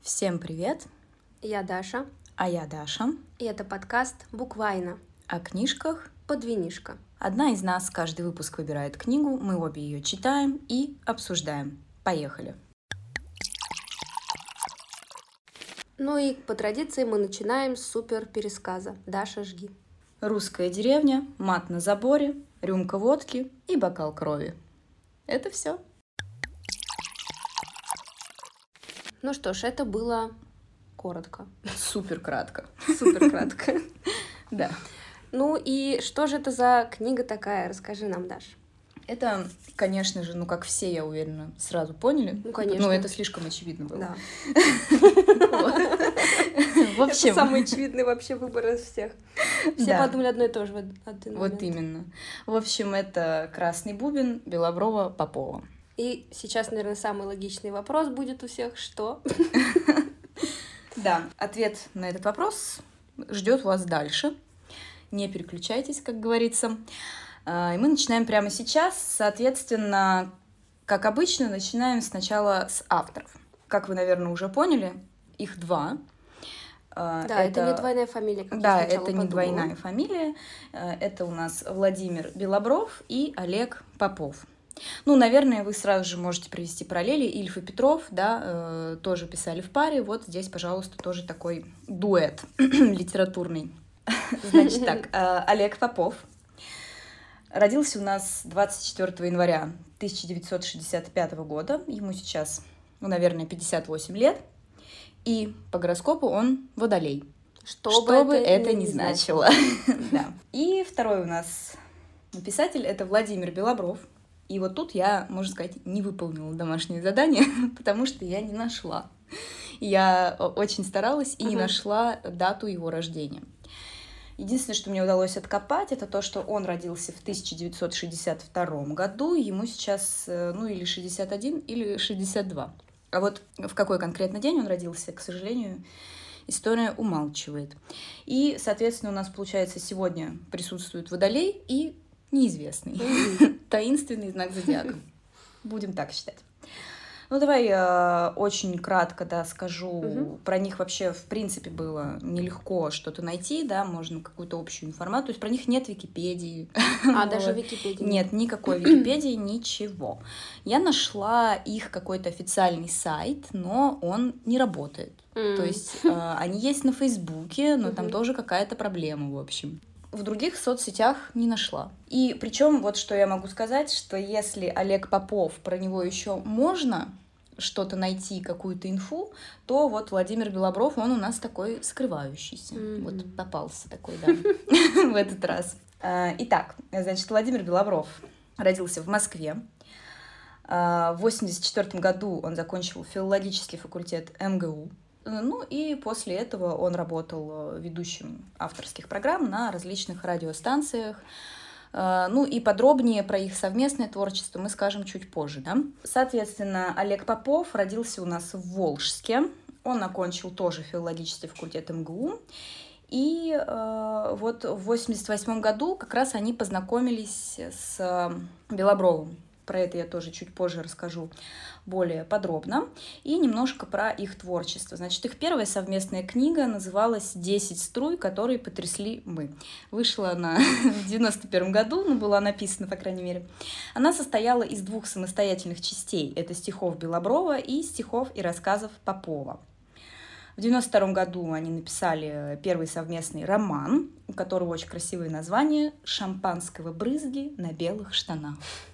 Всем привет! Я Даша. А я Даша. И это подкаст «Буквально» о книжках под винишко. Одна из нас каждый выпуск выбирает книгу, мы обе ее читаем и обсуждаем. Поехали! Ну и по традиции мы начинаем с супер пересказа. Даша, жги. Русская деревня, мат на заборе, рюмка водки и бокал крови. Это все. Ну что ж, это было коротко. Супер кратко. Супер кратко. Да. Ну и что же это за книга такая? Расскажи нам, Даш. Это, конечно же, как все, я уверена, сразу поняли. Ну, конечно. Но это слишком очевидно было. Да. В общем... Это самый очевидный вообще выбор из всех. Все подумали одно и то же в один момент. Вот именно. В общем, это «Красный бубен» Белоброва-Попова. И сейчас, наверное, самый логичный вопрос будет у всех, что? Да, ответ на этот вопрос ждет вас дальше. Не переключайтесь, как говорится. И мы начинаем прямо сейчас. Соответственно, как обычно, начинаем сначала с авторов. Как вы, наверное, уже поняли, их два. Да, это не двойная фамилия, как да, я сначала это не двойная фамилия. Это у нас Владимир Белобров и Олег Попов. Ну, наверное, вы сразу же можете провести параллели. Ильф и Петров, да, тоже писали в паре. Вот здесь, пожалуйста, тоже такой дуэт литературный. Значит так, Олег Попов родился у нас 24 января 1965 года. Ему сейчас, наверное, 58 лет. И по гороскопу он водолей. Что бы это ни значило. Да. И второй у нас писатель — это Владимир Белобров. И вот тут я, можно сказать, не выполнила домашнее задание, потому что я не нашла. Я очень старалась и не нашла дату его рождения. Единственное, что мне удалось откопать, это то, что он родился в 1962 году, ему сейчас, или 61, или 62. А вот в какой конкретно день он родился, к сожалению, история умалчивает. И, соответственно, у нас, получается, сегодня присутствует водолей и неизвестный, таинственный знак зодиака. Будем так считать. Ну, давай очень кратко, скажу. Про них вообще, в принципе, было нелегко что-то найти, можно какую-то общую информацию. То есть про них нет Википедии. Даже Википедии? Нет, никакой Википедии, ничего. Я нашла их какой-то официальный сайт, но он не работает. То есть они есть на Фейсбуке, но там тоже какая-то проблема, в общем. В других соцсетях не нашла. И причем вот что я могу сказать, что если Олег Попов, про него еще можно что-то найти, какую-то инфу, то вот Владимир Белобров, он у нас такой скрывающийся. Вот попался такой, в этот раз. Итак, значит, Владимир Белобров родился в Москве. В 1984 году он закончил филологический факультет МГУ. Ну и после этого он работал ведущим авторских программ на различных радиостанциях. Ну и подробнее про их совместное творчество мы скажем чуть позже. Соответственно, Олег Попов родился у нас в Волжске. Он окончил тоже филологический факультет МГУ. И вот в 1988 году как раз они познакомились с Белобровым. Про это я тоже чуть позже расскажу более подробно. И немножко про их творчество. Значит, их первая совместная книга называлась «10 струй, которые потрясли мы». Вышла она в 91 году, была написана, по крайней мере. Она состояла из 2 самостоятельных частей. Это стихов Белоброва и стихов и рассказов Попова. В 92 году они написали первый совместный роман, у которого очень красивое название «Шампанского брызги на белых штанах».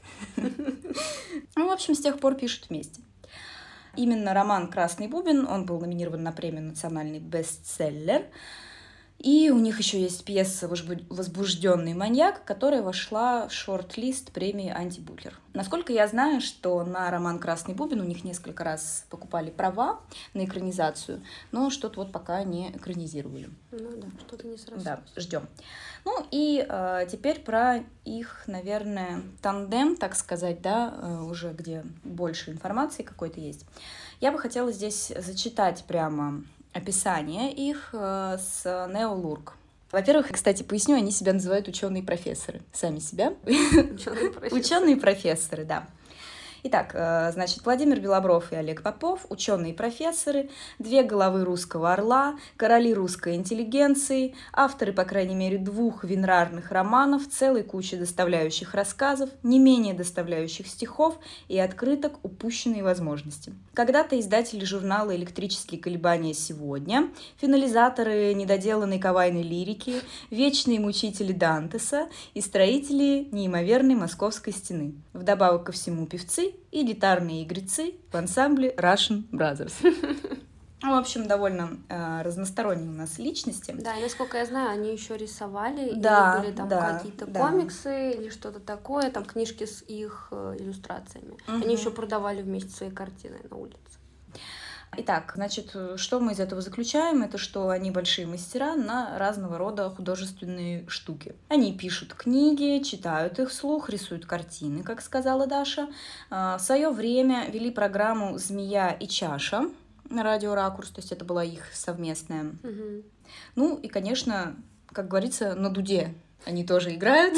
В общем, с тех пор пишут вместе. Именно роман «Красный бубен», он был номинирован на премию «Национальный бестселлер». И у них еще есть пьеса «Возбужденный маньяк», которая вошла в шорт-лист премии «Антибукер». Насколько я знаю, что на роман «Красный бубен» у них несколько раз покупали права на экранизацию, но что-то вот пока не экранизировали. Ну да, что-то не сразу. Да, ждем. Ну и теперь про их, наверное, тандем, так сказать, уже где больше информации какой-то есть. Я бы хотела здесь зачитать прямо описание их с Неолурк. Во-первых, кстати, поясню, они себя называют ученые-профессоры. Сами себя. Ученые-профессоры, да. Итак, значит, Владимир Белобров и Олег Попов, ученые и профессоры, две головы русского орла, короли русской интеллигенции, авторы, по крайней мере, 2 винрарных романов, целой кучи доставляющих рассказов, не менее доставляющих стихов и открыток упущенной возможности. Когда-то издатели журнала «Электрические колебания сегодня», финализаторы недоделанной кавайной лирики, вечные мучители Дантеса и строители неимоверной Московской стены. Вдобавок ко всему певцы и гитарные игрецы в ансамбле Russian Brothers. В общем, довольно разносторонние у нас личности. Да, и насколько я знаю, они еще рисовали, да, или были там какие-то комиксы или что-то такое, там книжки с их иллюстрациями. Они еще продавали вместе свои картины на улице. Итак, значит, что мы из этого заключаем? Это что они большие мастера на разного рода художественные штуки. Они пишут книги, читают их вслух, рисуют картины, как сказала Даша. В свое время вели программу «Змея и чаша» на радио «Ракурс», то есть это была их совместная. Ну и, конечно, как говорится, на дуде они тоже играют,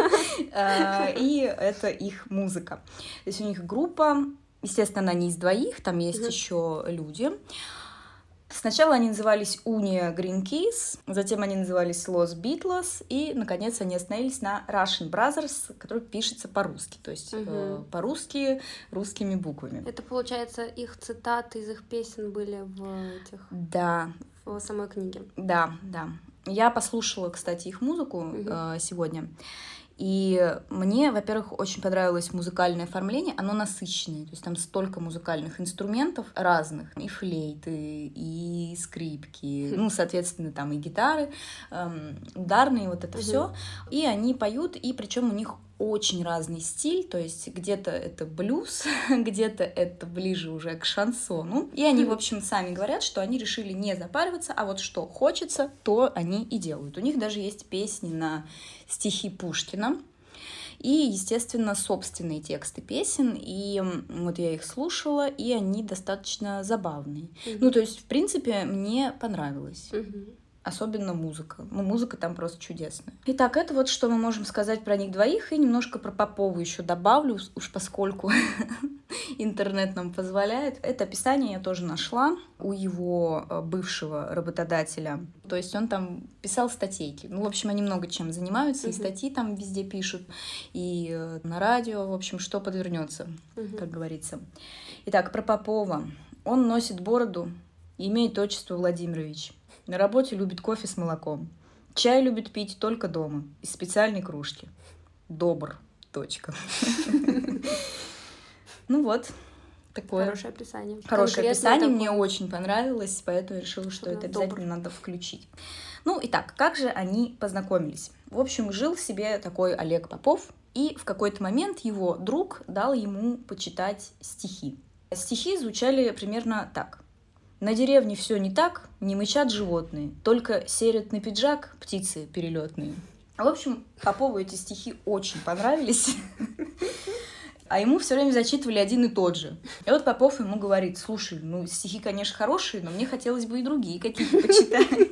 и это их музыка. То есть у них группа. Естественно, она не из 2, там есть еще люди. Сначала они назывались Уния Green Keys, затем они назывались Los Beatles, и, наконец, они остановились на Russian Brothers, который пишется по-русски, то есть по-русски, русскими буквами. Это, получается, их цитаты из их песен были в этих... Да. В самой книге. Да. Я послушала, кстати, их музыку сегодня. И мне, во-первых, очень понравилось музыкальное оформление, оно насыщенное, то есть там столько музыкальных инструментов разных, и флейты, и скрипки, ну, соответственно, там и гитары, ударные, вот это все. И они поют, и причем у них очень разный стиль, то есть где-то это блюз, где-то это ближе уже к шансону. И они, в общем, сами говорят, что они решили не запариваться, а вот что хочется, то они и делают. У них даже есть песни на стихи Пушкина и, естественно, собственные тексты песен. И вот я их слушала, и они достаточно забавные. Ну, то есть, в принципе, мне понравилось. Особенно музыка. Ну, музыка там просто чудесная. Итак, это вот что мы можем сказать про них двоих. И немножко про Попова еще добавлю, уж поскольку интернет нам позволяет. Это описание я тоже нашла у его бывшего работодателя. То есть он там писал статейки. Ну, в общем, они много чем занимаются. И статьи там везде пишут, и на радио. В общем, что подвернется, как говорится. Итак, про Попова. Он носит бороду и имеет отчество Владимирович. На работе любит кофе с молоком. Чай любит пить только дома, из специальной кружки. Добр. Точка. Ну вот, такое. Хорошее описание. Хорошее описание, мне очень понравилось, поэтому я решила, что это обязательно надо включить. Ну, итак, как же они познакомились? В общем, жил себе такой Олег Попов, и в какой-то момент его друг дал ему почитать стихи. Стихи звучали примерно так. На деревне все не так, не мычат животные, только серят на пиджак птицы перелетные. В общем, Попову эти стихи очень понравились, а ему все время зачитывали один и тот же. И вот Попов ему говорит: слушай, ну стихи, конечно, хорошие, но мне хотелось бы и другие какие-то почитать.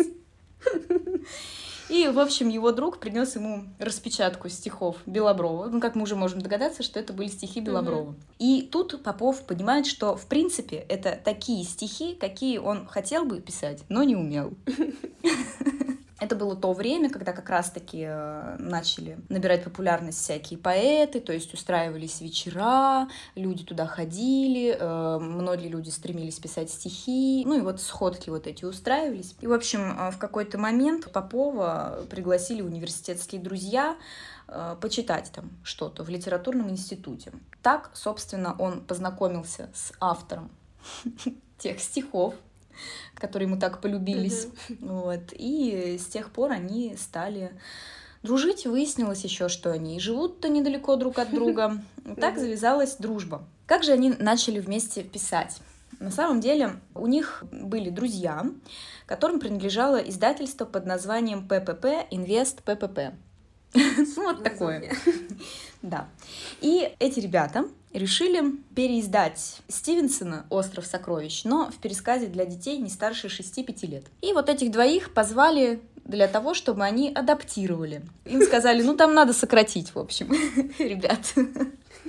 И, в общем, его друг принес ему распечатку стихов Белоброва. Ну, как мы уже можем догадаться, что это были стихи Белоброва. И тут Попов понимает, что, в принципе, это такие стихи, какие он хотел бы писать, но не умел. Это было то время, когда как раз-таки начали набирать популярность всякие поэты, то есть устраивались вечера, люди туда ходили, многие люди стремились писать стихи, ну и вот сходки вот эти устраивались. И, в общем, в какой-то момент Попова пригласили университетские друзья почитать там что-то в литературном институте. Так, собственно, он познакомился с автором тех стихов, которые ему так полюбились. Вот. И с тех пор они стали дружить. Выяснилось еще, что они и живут-то недалеко друг от друга. Так завязалась дружба. Как же они начали вместе писать? На самом деле у них были друзья, которым принадлежало издательство под названием ППП Инвест ППП. Вот такое. Да. И эти ребята решили переиздать Стивенсона «Остров сокровищ», но в пересказе для детей не старше 6-5 лет. И вот этих двоих позвали для того, чтобы они адаптировали. Им сказали, ну там надо сократить, в общем, ребят.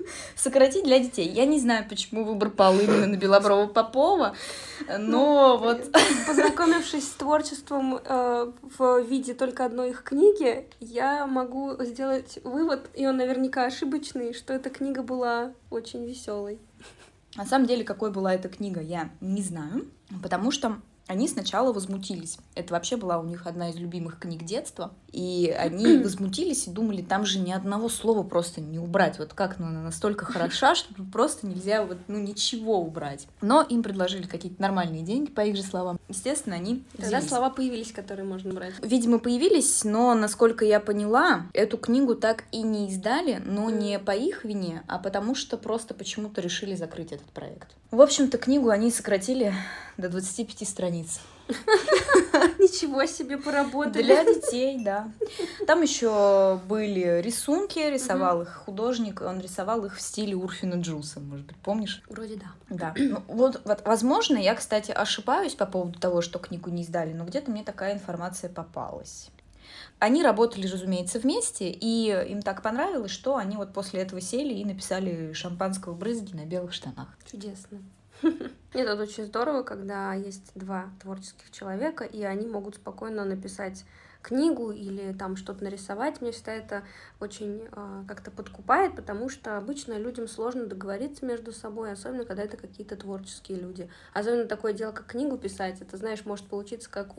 Сократить для детей. Я не знаю, почему выбор пал именно на Белоброва-Попова, но вот... Познакомившись с творчеством в виде только одной их книги, я могу сделать вывод, и он наверняка ошибочный, что эта книга была очень веселой. На самом деле, какой была эта книга, я не знаю, потому что они сначала возмутились. Это вообще была у них одна из любимых книг детства. И они возмутились и думали, там же ни одного слова просто не убрать. Вот как она настолько хороша, что просто нельзя ничего убрать. Но им предложили какие-то нормальные деньги, по их же словам. Естественно, они Тогда слова появились, которые можно брать. Видимо, появились, но, насколько я поняла, эту книгу так и не издали, но не по их вине, а потому что просто почему-то решили закрыть этот проект. В общем-то, книгу они сократили до 25 страниц. Ничего себе, поработали. Для детей, да. Там еще были рисунки, рисовал их художник, он рисовал их в стиле Урфина Джюса, может быть, помнишь? Вроде да. Да. Вот, возможно, я, кстати, ошибаюсь по поводу того, что книгу не издали, но где-то мне такая информация попалась. Они работали, разумеется, вместе, и им так понравилось, что они вот после этого сели и написали «Шампанского брызги на белых штанах». Чудесно. Нет, это очень здорово, когда есть два творческих человека, и они могут спокойно написать книгу или там что-то нарисовать. Мне всегда это очень как-то подкупает, потому что обычно людям сложно договориться между собой, особенно когда это какие-то творческие люди. Особенно такое дело, как книгу писать, это, знаешь, может получиться как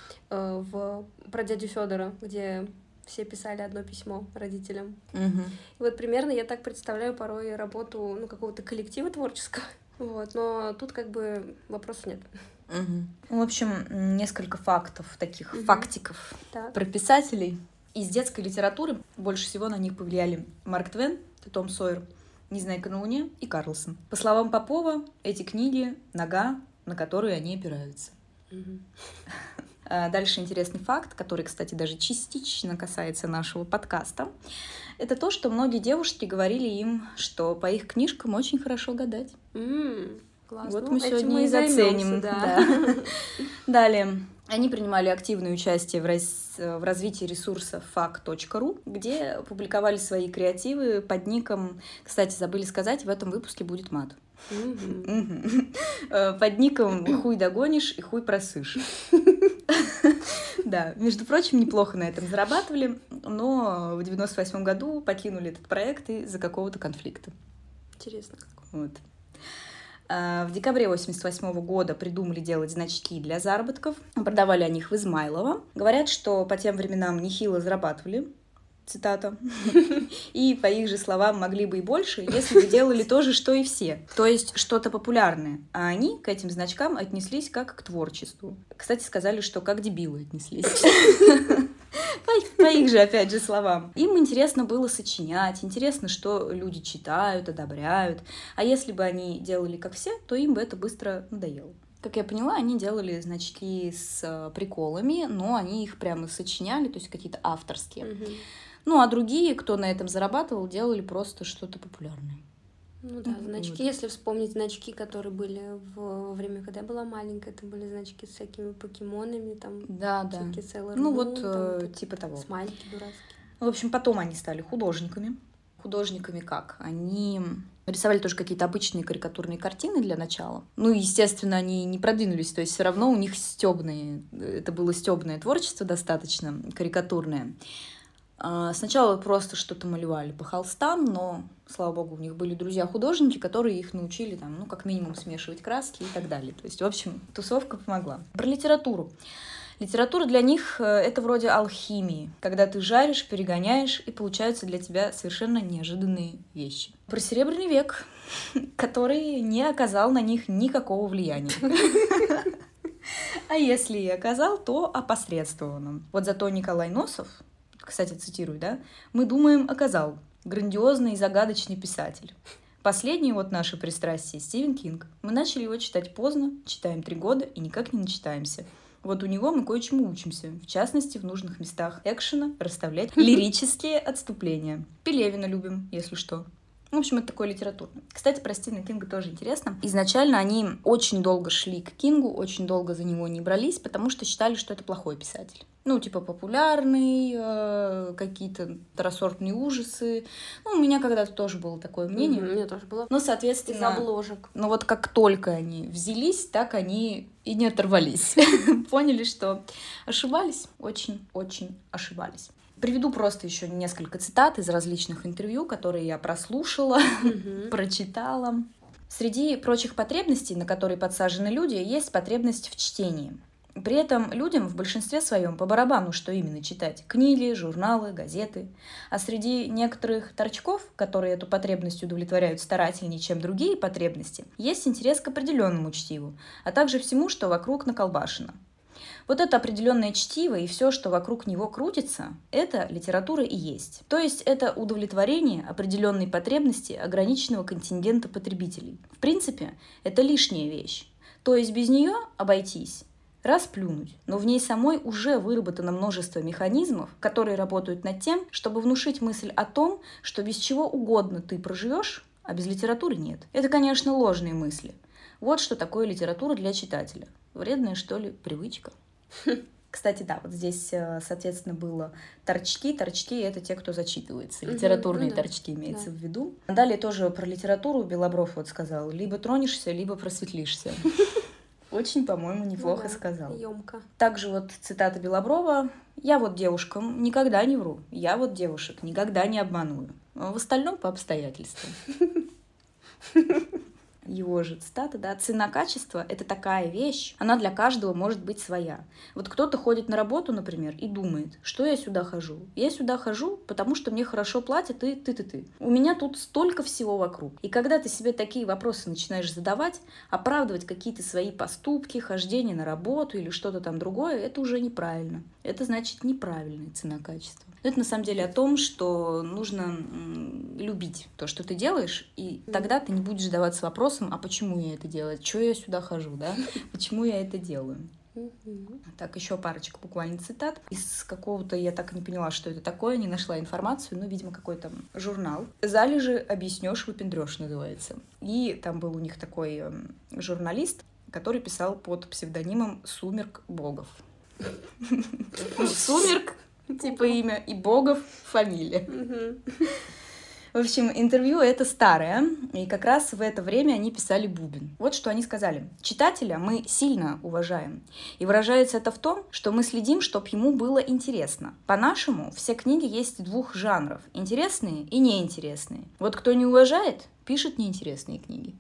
про дядю Федора, где все писали одно письмо родителям. И вот примерно я так представляю порой работу какого-то коллектива творческого. Вот, но тут как бы вопросов нет. В общем, несколько фактов, таких фактиков про писателей. Из детской литературы больше всего на них повлияли Марк Твен, Том Сойер, «Незнайка на Луне» и Карлсон. По словам Попова, эти книги — нога, на которую они опираются. Дальше интересный факт, который, кстати, даже частично касается нашего подкаста. Это то, что многие девушки говорили им, что по их книжкам очень хорошо гадать. Классно. Вот мы сегодня и заценим. Да. Далее. Они принимали активное участие в развитии ресурса fak.ru, где публиковали свои креативы под ником... Кстати, забыли сказать, в этом выпуске будет мат. Под ником «Хуй догонишь и хуй просышь». Да, между прочим, неплохо на этом зарабатывали, но в 98 году покинули этот проект из-за какого-то конфликта. Интересно. Вот. В декабре 88 года придумали делать значки для заработков. Продавали они их в Измайлово. Говорят, что по тем временам нехило зарабатывали. Цитата. И, по их же словам, могли бы и больше, если бы делали то же, что и все. То есть что-то популярное. А они к этим значкам отнеслись как к творчеству. Кстати, сказали, что как дебилы отнеслись. По их же, опять же, словам. Им интересно было сочинять, интересно, что люди читают, одобряют. А если бы они делали как все, то им бы это быстро надоело. Как я поняла, они делали значки с приколами, но они их прямо сочиняли, то есть какие-то авторские. Ну, а другие, кто на этом зарабатывал, делали просто что-то популярное. Ну да, значки, если вспомнить значки, которые были во время, когда я была маленькая, это были значки с всякими покемонами, там, всякие Sailor Moon, ну вот, типа того. Смайлики дурацкие. В общем, потом они стали художниками. Художниками как? Они рисовали тоже какие-то обычные карикатурные картины для начала. Ну, естественно, они не продвинулись, то есть все равно у них это было стёбное творчество достаточно, карикатурное. Сначала просто что-то малевали по холстам, но, слава богу, у них были друзья-художники, которые их научили, там, как минимум, смешивать краски и так далее. То есть, в общем, тусовка помогла. Про литературу. Литература для них — это вроде алхимии, когда ты жаришь, перегоняешь, и получаются для тебя совершенно неожиданные вещи. Про Серебряный век, который не оказал на них никакого влияния. А если и оказал, то опосредствованно. Вот зато Николай Носов, кстати, цитирую, да, мы думаем, оказал грандиозный и загадочный писатель. Последнее вот наше пристрастие — Стивен Кинг. Мы начали его читать поздно, читаем 3 года и никак не начитаемся. Вот у него мы кое-чему учимся, в частности, в нужных местах экшена расставлять лирические отступления. Пелевина любим, если что. В общем, это такое литературное. Кстати, про Стивена Кинга тоже интересно. Изначально они очень долго шли к Кингу, очень долго за него не брались, потому что считали, что это плохой писатель. Ну, типа популярный, какие-то второсортные ужасы. Ну, у меня когда-то тоже было такое мнение. У меня тоже было. Ну, соответственно... Из обложек. Но вот как только они взялись, так они и не оторвались. Поняли, что ошибались, очень-очень ошибались. Приведу просто еще несколько цитат из различных интервью, которые я прослушала, прочитала. Среди прочих потребностей, на которые подсажены люди, есть потребность в чтении. При этом людям в большинстве своем по барабану, что именно читать: книги, журналы, газеты. А среди некоторых торчков, которые эту потребность удовлетворяют старательнее, чем другие потребности, есть интерес к определенному чтиву, а также всему, что вокруг наколбашено. Вот это определенное чтиво и все, что вокруг него крутится, это литература и есть. То есть это удовлетворение определенной потребности ограниченного контингента потребителей. В принципе, это лишняя вещь. То есть без нее обойтись, расплюнуть. Но в ней самой уже выработано множество механизмов, которые работают над тем, чтобы внушить мысль о том, что без чего угодно ты проживешь, а без литературы нет. Это, конечно, ложные мысли. Вот что такое литература для читателя. Вредная, что ли, привычка. Кстати, да, вот здесь, соответственно, было торчки. Торчки — это те, кто зачитывается. Литературные торчки имеется в виду. Далее тоже про литературу Белобров вот сказал: либо тронешься, либо просветлишься. Очень, по-моему, неплохо сказал. Ёмко. Также вот цитата Белоброва: «Я вот девушкам никогда не вру, я вот девушек никогда не обманую. В остальном по обстоятельствам». Его же цитата, да: «Цена-качество — это такая вещь, она для каждого может быть своя. Вот кто-то ходит на работу, например, и думает, что я сюда хожу. Я сюда хожу, потому что мне хорошо платят и ты. У меня тут столько всего вокруг». И когда ты себе такие вопросы начинаешь задавать, оправдывать какие-то свои поступки, хождение на работу или что-то там другое, это уже неправильно. Это значит неправильная цена-качество. Это на самом деле о том, что нужно любить то, что ты делаешь, и тогда ты не будешь задаваться вопросом: а почему я это делаю? Чего я сюда хожу, да? Почему я это делаю? Так, еще парочка буквально цитат. Из какого-то, я так и не поняла, что это такое, не нашла информацию, ну, видимо, какой-то журнал. «Залежи объяснешь, выпендрешь» называется. И там был у них такой журналист, который писал под псевдонимом Сумерк Богов. Сумерк типа имя, и Богов фамилия. В общем, интервью это старое, и как раз в это время они писали Бубен. Вот что они сказали: «Читателя мы сильно уважаем, и выражается это в том, что мы следим, чтобы ему было интересно. По-нашему, все книги есть двух жанров: интересные и неинтересные. Вот кто не уважает, пишет неинтересные книги».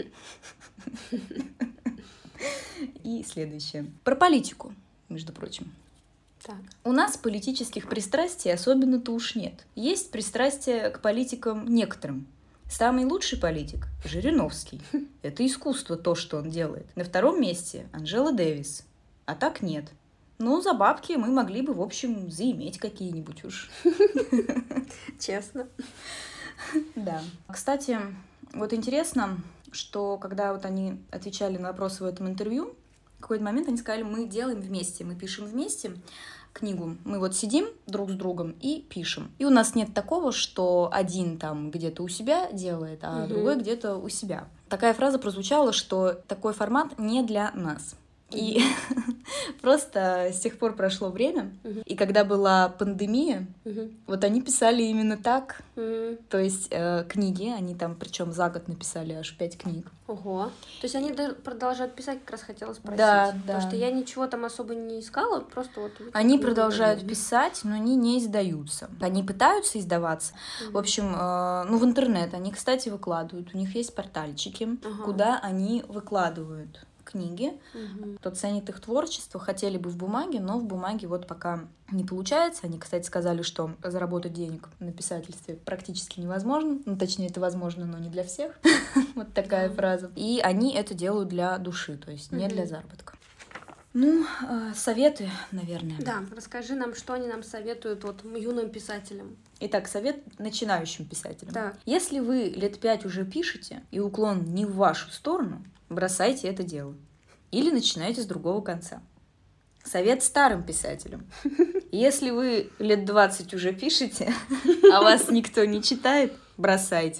И следующее. Про политику, между прочим. Так. У нас политических пристрастий особенно-то уж нет. Есть пристрастие к политикам некоторым. Самый лучший политик – Жириновский. Это искусство, то, что он делает. На втором месте – Анджела Дэвис. А так нет. Ну, за бабки мы могли бы, в общем, заиметь какие-нибудь уж. Честно. Да. Кстати, вот интересно, что когда вот они отвечали на вопросы в этом интервью, в какой-то момент они сказали: мы делаем вместе, мы пишем вместе книгу. Мы вот сидим друг с другом и пишем. И у нас нет такого, что один там где-то у себя делает, а другой где-то у себя. Такая фраза прозвучала, что такой формат не для нас. И просто с тех пор прошло время, и когда была пандемия, вот они писали именно так. То есть книги, они там, причем за год написали аж 5 книг. Ого. То есть они продолжают писать, как раз хотела спросить. Да. Потому что я ничего там особо не искала, просто вот... Они продолжают писать, но они не издаются. Они пытаются издаваться. В общем, ну, в интернет они, кстати, выкладывают. У них есть портальчики, куда они выкладывают книги. Кто ценит их творчество, хотели бы в бумаге, но в бумаге вот пока не получается. Они, кстати, сказали, что заработать денег на писательстве практически невозможно. Ну, точнее, это возможно, но не для всех. Вот такая фраза. И они это делают для души, то есть не для заработка. Ну, советы, наверное. Да, расскажи нам, что они нам советуют вот юным писателям. Итак, совет начинающим писателям. Да. Если вы лет 5 уже пишете, и уклон не в вашу сторону, бросайте это дело. Или начинайте с другого конца. Совет старым писателям. Если вы лет 20 уже пишете, а вас никто не читает, бросайте.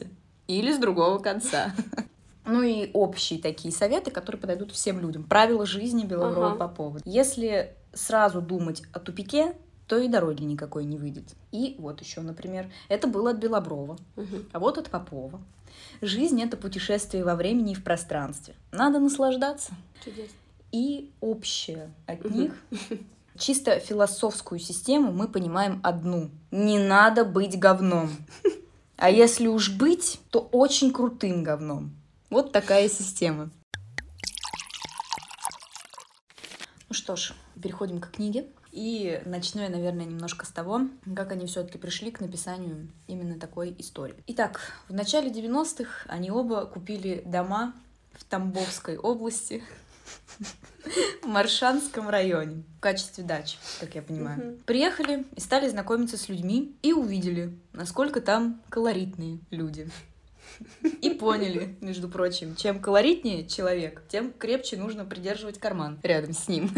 или с другого конца. Ну и общие такие советы, которые подойдут всем людям. Правила жизни Белоброва-Попова. Если сразу думать о тупике, то и дороги никакой не выйдет. И вот еще, например, это было от Белоброва, а вот от Попова. Жизнь — это путешествие во времени и в пространстве. Надо наслаждаться. Чудесно. И общее от них. Чисто философскую систему мы понимаем одну. Не надо быть говном. А если уж быть, то очень крутым говном. Вот такая система. Ну что ж, переходим к книге. И начну я, наверное, немножко с того, как они все-таки пришли к написанию именно такой истории. Итак, в начале 90-х они оба купили дома в Тамбовской области, в Моршанском районе, в качестве дачи, как я понимаю. Приехали и стали знакомиться с людьми и увидели, насколько там колоритные люди. И поняли, между прочим, чем колоритнее человек, тем крепче нужно придерживать карман рядом с ним.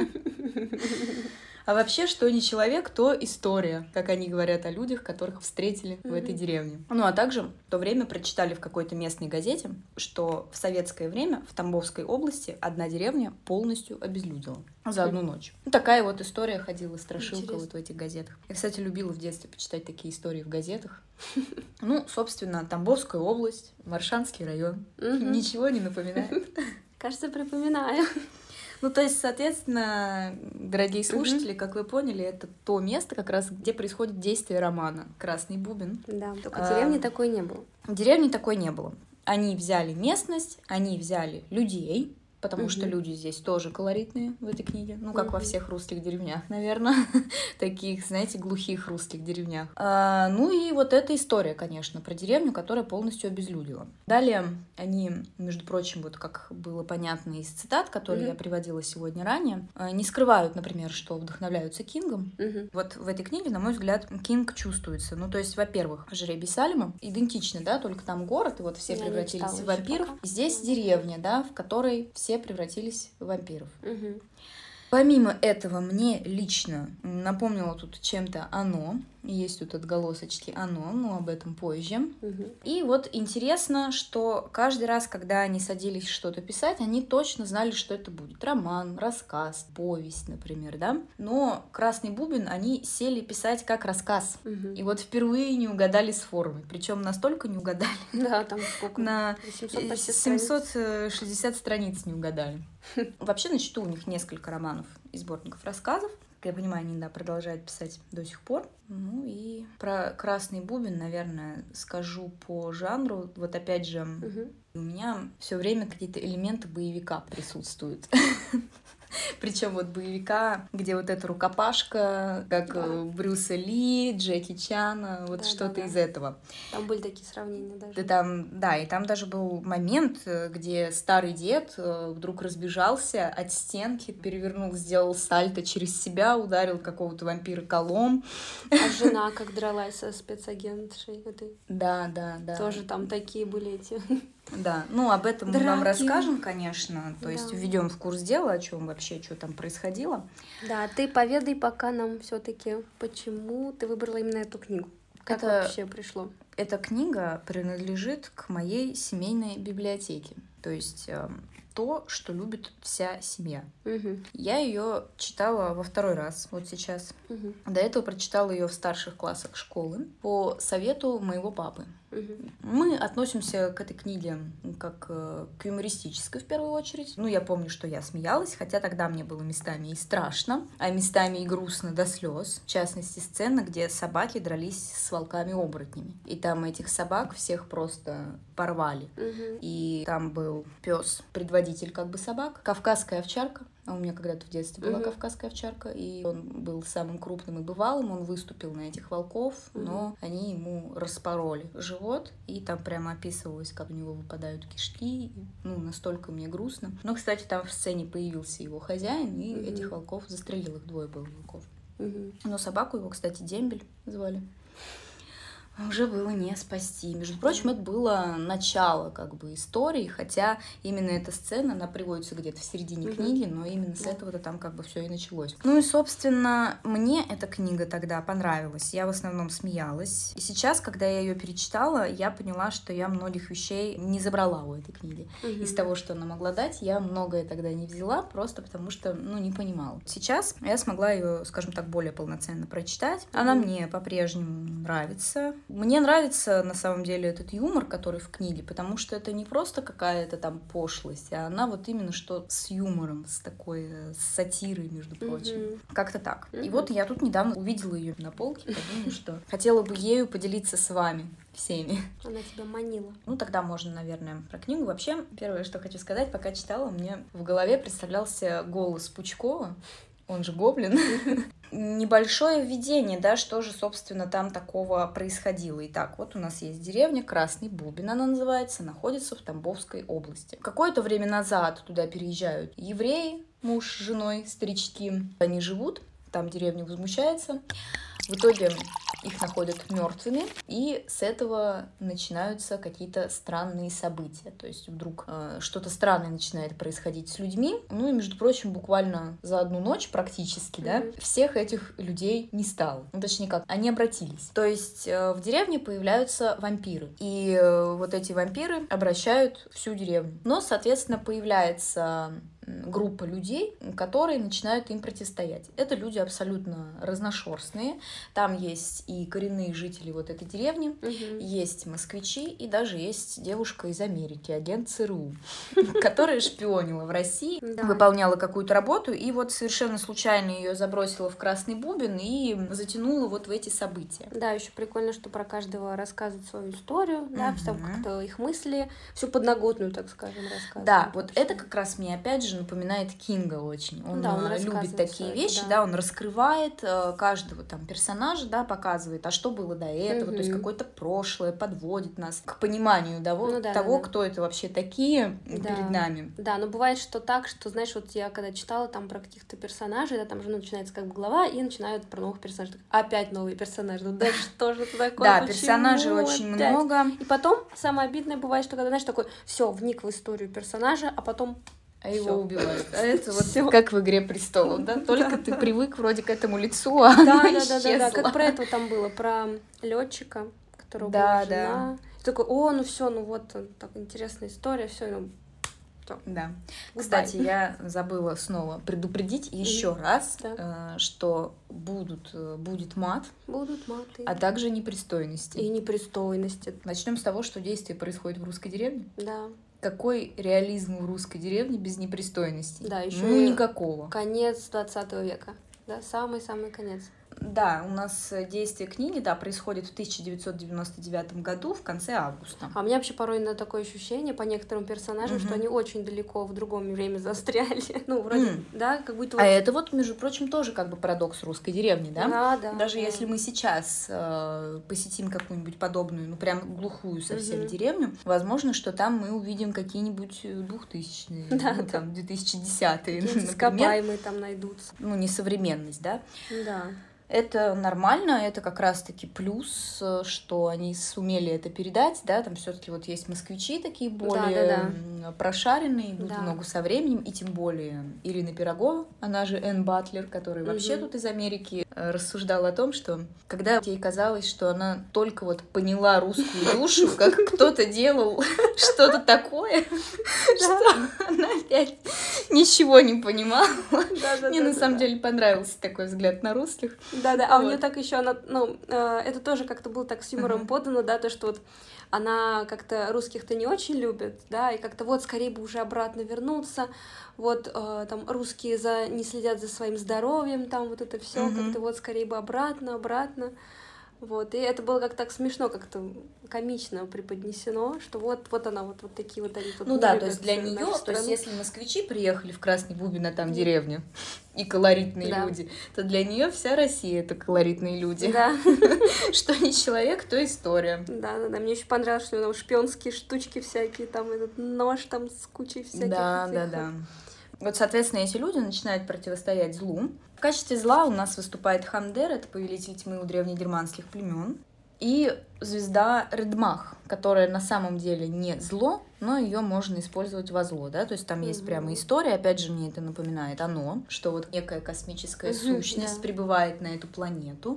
А вообще, что не человек, то история, как они говорят о людях, которых встретили в этой деревне. Ну, а также в то время прочитали в какой-то местной газете, что в советское время в Тамбовской области одна деревня полностью обезлюдила за одну ночь. Ну, такая вот история ходила, страшилка вот в этих газетах. Я, кстати, любила в детстве почитать такие истории в газетах. Ну, собственно, Тамбовская область, Моршанский район. Ничего не напоминает? Кажется, припоминаю. Ну, то есть, соответственно, дорогие слушатели, как вы поняли, это то место, как раз, где происходит действие романа «Красный бубен». Да, только деревни такой не было. Деревни такой не было. Они взяли местность, они взяли людей, потому что люди здесь тоже колоритные в этой книге. Ну, как во всех русских деревнях, наверное. Таких, знаете, глухих русских деревнях. Ну и вот эта история, конечно, про деревню, которая полностью обезлюдила. Далее они, между прочим, вот как было понятно из цитат, которые я приводила сегодня ранее, не скрывают, например, что вдохновляются Кингом. Вот в этой книге, на мой взгляд, Кинг чувствуется. Ну, то есть, во-первых, «Жребий Салема» идентичны, да, только там город, и вот все превратились в вампиров. Здесь деревня, да, в которой все превратились в вампиров. Помимо этого, мне лично напомнило тут чем-то «Оно». Есть тут отголосочки «Оно», но об этом позже. И вот интересно, что каждый раз, когда они садились что-то писать, они точно знали, что это будет. Роман, рассказ, повесть, например, да? Но «Красный бубен» они сели писать как рассказ. И вот впервые не угадали с формой. Причем настолько не угадали. Да, там сколько? На 760 страниц не угадали. Вообще на счету у них несколько романов и сборников рассказов. Как я понимаю, они, да, продолжают писать до сих пор. Ну и про «Красный бубен», наверное, скажу по жанру. Вот опять же, у меня все время какие-то элементы боевика присутствуют. Причем вот боевика, где вот эта рукопашка, как Брюса Ли, Джеки Чана, вот что-то из этого. Там были такие сравнения даже. И там даже был момент, где старый дед вдруг разбежался от стенки, перевернул, сделал сальто через себя, ударил какого-то вампира колом. А жена как дралась со спецагентшей этой. Да. Тоже там такие были эти... Да, ну об этом мы вам расскажем, конечно, то есть введем в курс дела, о чем вообще, что там происходило. Да, ты поведай пока нам все-таки, почему ты выбрала именно эту книгу. Как вообще пришло? Эта книга принадлежит к моей семейной библиотеке, то есть то, что любит вся семья. Я ее читала во второй раз, вот сейчас. До этого прочитала ее в старших классах школы по совету моего папы. Мы относимся к этой книге как к юмористической в первую очередь. Ну, я помню, что я смеялась, хотя тогда мне было местами и страшно, а местами и грустно до слез. В частности, сцена, где собаки дрались с волками-оборотнями. И там этих собак всех просто порвали. И там был пес, предводитель как бы собак, кавказская овчарка. А у меня когда-то в детстве была кавказская овчарка, и он был самым крупным и бывалым, он выступил на этих волков, но они ему распороли живот, и там прямо описывалось, как у него выпадают кишки, ну, настолько мне грустно. Но, кстати, там в сцене появился его хозяин, и этих волков застрелил, их двое было волков. Но собаку его, кстати, Дембель звали. уже было не спасти. Между прочим, это было начало как бы истории, хотя именно эта сцена, она приводится где-то в середине книги, но именно с этого-то там как бы все и началось. Ну и, собственно, мне эта книга тогда понравилась. Я в основном смеялась. И сейчас, когда я ее перечитала, я поняла, что я многих вещей не забрала у этой книги. Из того, что она могла дать, я многое тогда не взяла, просто потому что, не понимала. Сейчас я смогла ее, скажем так, более полноценно прочитать. Она мне по-прежнему нравится. Мне нравится, на самом деле, этот юмор, который в книге, потому что это не просто какая-то там пошлость, а она вот именно что с юмором, с такой с сатирой, между прочим. Как-то так. И вот я тут недавно увидела ее на полке, подумала, что хотела бы ею поделиться с вами всеми. Она тебя манила. Тогда можно, наверное, про книгу. Вообще, первое, что хочу сказать, пока читала, мне в голове представлялся голос Пучкова, он же Гоблин. Небольшое введение, да, что же, собственно, там такого происходило. Итак, вот у нас есть деревня Красный Бубен, она называется, находится в Тамбовской области. Какое-то время назад туда переезжают евреи, муж с женой, старички. Они живут, там деревня возмущается. В итоге их находят мертвыми, и с этого начинаются какие-то странные события. То есть вдруг что-то странное начинает происходить с людьми. И, между прочим, буквально за одну ночь практически, да, всех этих людей не стало. Точнее как, они обратились. То есть в деревне появляются вампиры. И вот эти вампиры обращают всю деревню. Но, соответственно, появляется группа людей, которые начинают им противостоять. Это люди абсолютно разношерстные. Там есть и коренные жители вот этой деревни, есть москвичи, и даже есть девушка из Америки, агент ЦРУ, которая шпионила в России, выполняла какую-то работу, и вот совершенно случайно ее забросила в Красный Бубен и затянула вот в эти события. Да, еще прикольно, что про каждого рассказывает свою историю, да, как-то их мысли, всю подноготную, так скажем, рассказывает. Да, вот это как раз мне опять же напоминает Кинга очень. Он любит такие вещи, да, он раскрывает каждого там персонажа, да, показывает, а что было до этого, то есть какое-то прошлое, подводит нас к пониманию того, кто это вообще такие перед нами. Да, но бывает, что так, что, знаешь, вот я когда читала там про каких-то персонажей, да, там же начинается как бы глава, и начинают про новых персонажей. Опять новые персонажи, да что же это такое? Да, персонажей очень много. И потом самое обидное бывает, что когда, знаешь, такой, все, вник в историю персонажа, а потом его убивают. А это вот как в «Игре престолов», да? Только ты привык вроде к этому лицу, а да, она исчезла. Да, как про этого там было, про летчика, которого была жена. И такой, вот так интересная история, все. Да. Кстати, я забыла снова предупредить еще раз, что будет мат. Будут маты. А также непристойности. И непристойности. Начнем с того, что действие происходит в русской деревне. Да. Какой реализм в русской деревне без непристойностей? Да, еще никакого. Конец 20 века. Да, самый-самый конец. Да, у нас действие книги, происходит в 1999 году, в конце августа. А у меня вообще порой такое ощущение по некоторым персонажам, что они очень далеко в другом время застряли. Вроде, да, как будто... А это вот, между прочим, тоже как бы парадокс русской деревни, да? Да. Даже если мы сейчас посетим какую-нибудь подобную, прям глухую совсем деревню, возможно, что там мы увидим какие-нибудь 2000-е, там, 2010-е, например. Ископаемые там найдутся. Несовременность, да? Да. Это нормально, это как раз-таки плюс, что они сумели это передать, да, там все-таки вот есть москвичи такие более прошаренные, идут в ногу со временем, и тем более Ирина Пирогова, она же Энн Батлер, которая вообще тут из Америки, рассуждала о том, что когда ей казалось, что она только вот поняла русскую душу, как кто-то делал что-то такое, что она опять ничего не понимала. Мне на самом деле понравился такой взгляд на русских. Да, а у нее так еще она, это тоже как-то было так с юмором подано, да, то, что вот она как-то русских-то не очень любит, да, и как-то вот скорее бы уже обратно вернуться, вот там русские не следят за своим здоровьем, там вот это все, как-то вот скорее бы обратно. Вот, и это было как-то так смешно, как-то комично преподнесено, что вот она, вот такие вот они тут. То есть для нее, то есть если москвичи приехали в Красный Бубен, а там деревня и колоритные люди, то для нее вся Россия — это колоритные люди. Да. Что не человек, то история. Да. Мне еще понравилось, что там шпионские штучки всякие, там этот нож там с кучей всяких. Да. Вот, соответственно, эти люди начинают противостоять злу. В качестве зла у нас выступает Хандер, это повелитель тьмы у древнегерманских племен. И звезда Редмах, которая на самом деле не зло, но ее можно использовать во зло, да, то есть там есть прямо история, опять же, мне это напоминает оно, что вот некая космическая сущность прибывает на эту планету,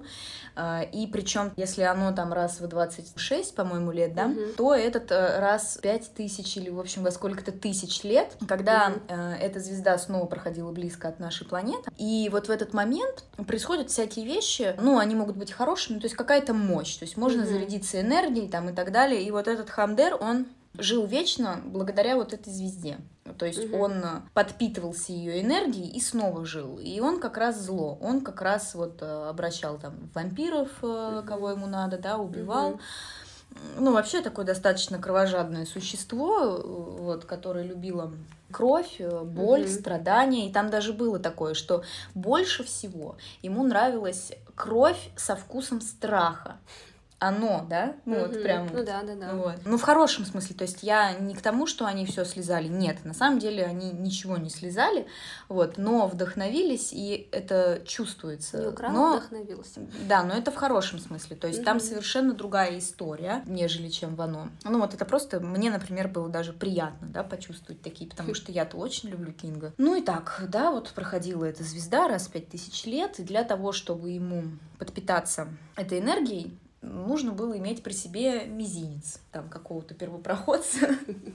и причем, если оно там раз в 26, по-моему, лет, да, то этот раз 5000 или, в общем, во сколько-то тысяч лет, когда эта звезда снова проходила близко от нашей планеты, и вот в этот момент происходят всякие вещи, ну, они могут быть хорошими, то есть какая-то мощь, то есть можно зарядиться энергией там и так далее, и вот этот Хамдер, он жил вечно благодаря вот этой звезде. То есть он подпитывался ее энергией и снова жил. И он как раз зло. Он как раз вот обращал там вампиров, кого ему надо, да, убивал. Ну, вообще такое достаточно кровожадное существо, вот, которое любило кровь, боль, страдания. И там даже было такое, что больше всего ему нравилась кровь со вкусом страха. Оно, да? Ну, вот прям... Ну, да. Вот. Ну, в хорошем смысле. То есть я не к тому, что они все слезали. Нет, на самом деле они ничего не слезали, вот, но вдохновились, и это чувствуется. Не украл, вдохновился. Да, но это в хорошем смысле. То есть там совершенно другая история, нежели чем в оно. Ну, вот это просто... Мне, например, было даже приятно, да, почувствовать такие, потому что я-то очень люблю Кинга. Ну и так, да, вот проходила эта звезда раз в 5000 лет, и для того, чтобы ему подпитаться этой энергией, нужно было иметь при себе мизинец там какого-то первопроходца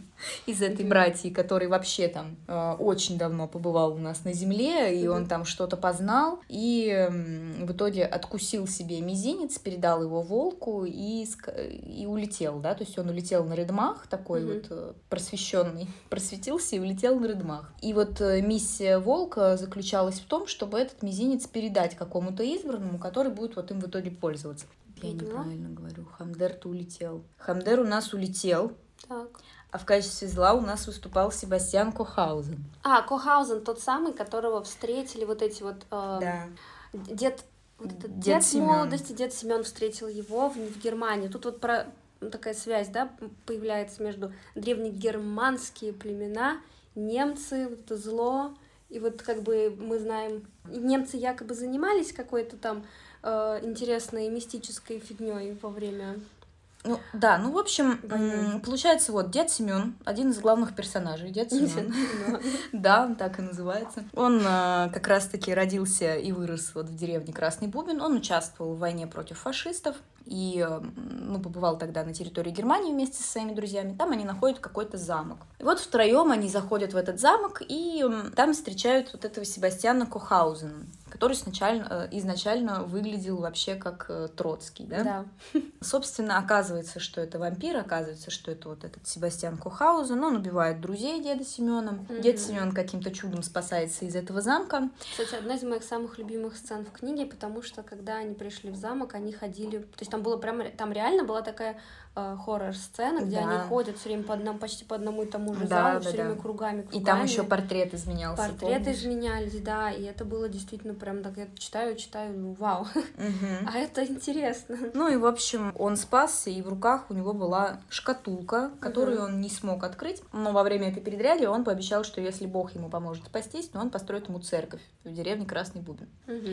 из этой братьи, который вообще там очень давно побывал у нас на Земле, и он там что-то познал, и в итоге откусил себе мизинец, передал его волку и улетел, да, то есть он улетел на Редмах, такой вот просвещенный, просветился и улетел на Редмах. И вот миссия волка заключалась в том, чтобы этот мизинец передать какому-то избранному, который будет вот им в итоге пользоваться. Я неправильно говорю. Хамдер-то улетел. Хамдер у нас улетел. Так. А в качестве зла у нас выступал Себастьян Кохаузен. Кохаузен, тот самый, которого встретили вот эти вот... Да. Дед молодости, дед Семен встретил его в Германии. Тут вот такая связь, да, появляется между древнегерманские племена, немцы, вот это зло. И вот как бы мы знаем, немцы якобы занимались какой-то там интересной мистической фигней во время... Ну, да, ну, в общем, получается, вот, дед Семен, один из главных персонажей, дед Семен. Да, он так и называется. Он как раз-таки родился и вырос вот в деревне Красный Бубен. Он участвовал в войне против фашистов и, ну, побывал тогда на территории Германии вместе со своими друзьями. Там они находят какой-то замок. И вот втроем они заходят в этот замок, и там встречают вот этого Себастьяна Кохаузена, который изначально выглядел вообще как Троцкий, да? Да. Собственно, оказывается, что это вампир, оказывается, что это вот этот Себастьян Кохаузен, он убивает друзей деда Семена. Дед Семен каким-то чудом спасается из этого замка. Кстати, одна из моих самых любимых сцен в книге, потому что, когда они пришли в замок, они ходили... То есть там было прямо... Там реально была такая хоррор-сцена, где они ходят все время почти по одному и тому же залу, все время кругами. И там еще портрет изменялся. Портреты изменялись, да, и это было действительно прям так, я читаю, ну вау, а это интересно. Ну и, в общем, он спасся, и в руках у него была шкатулка, которую он не смог открыть, но во время этой передряги он пообещал, что если Бог ему поможет спастись, то он построит ему церковь в деревне Красный Бубен.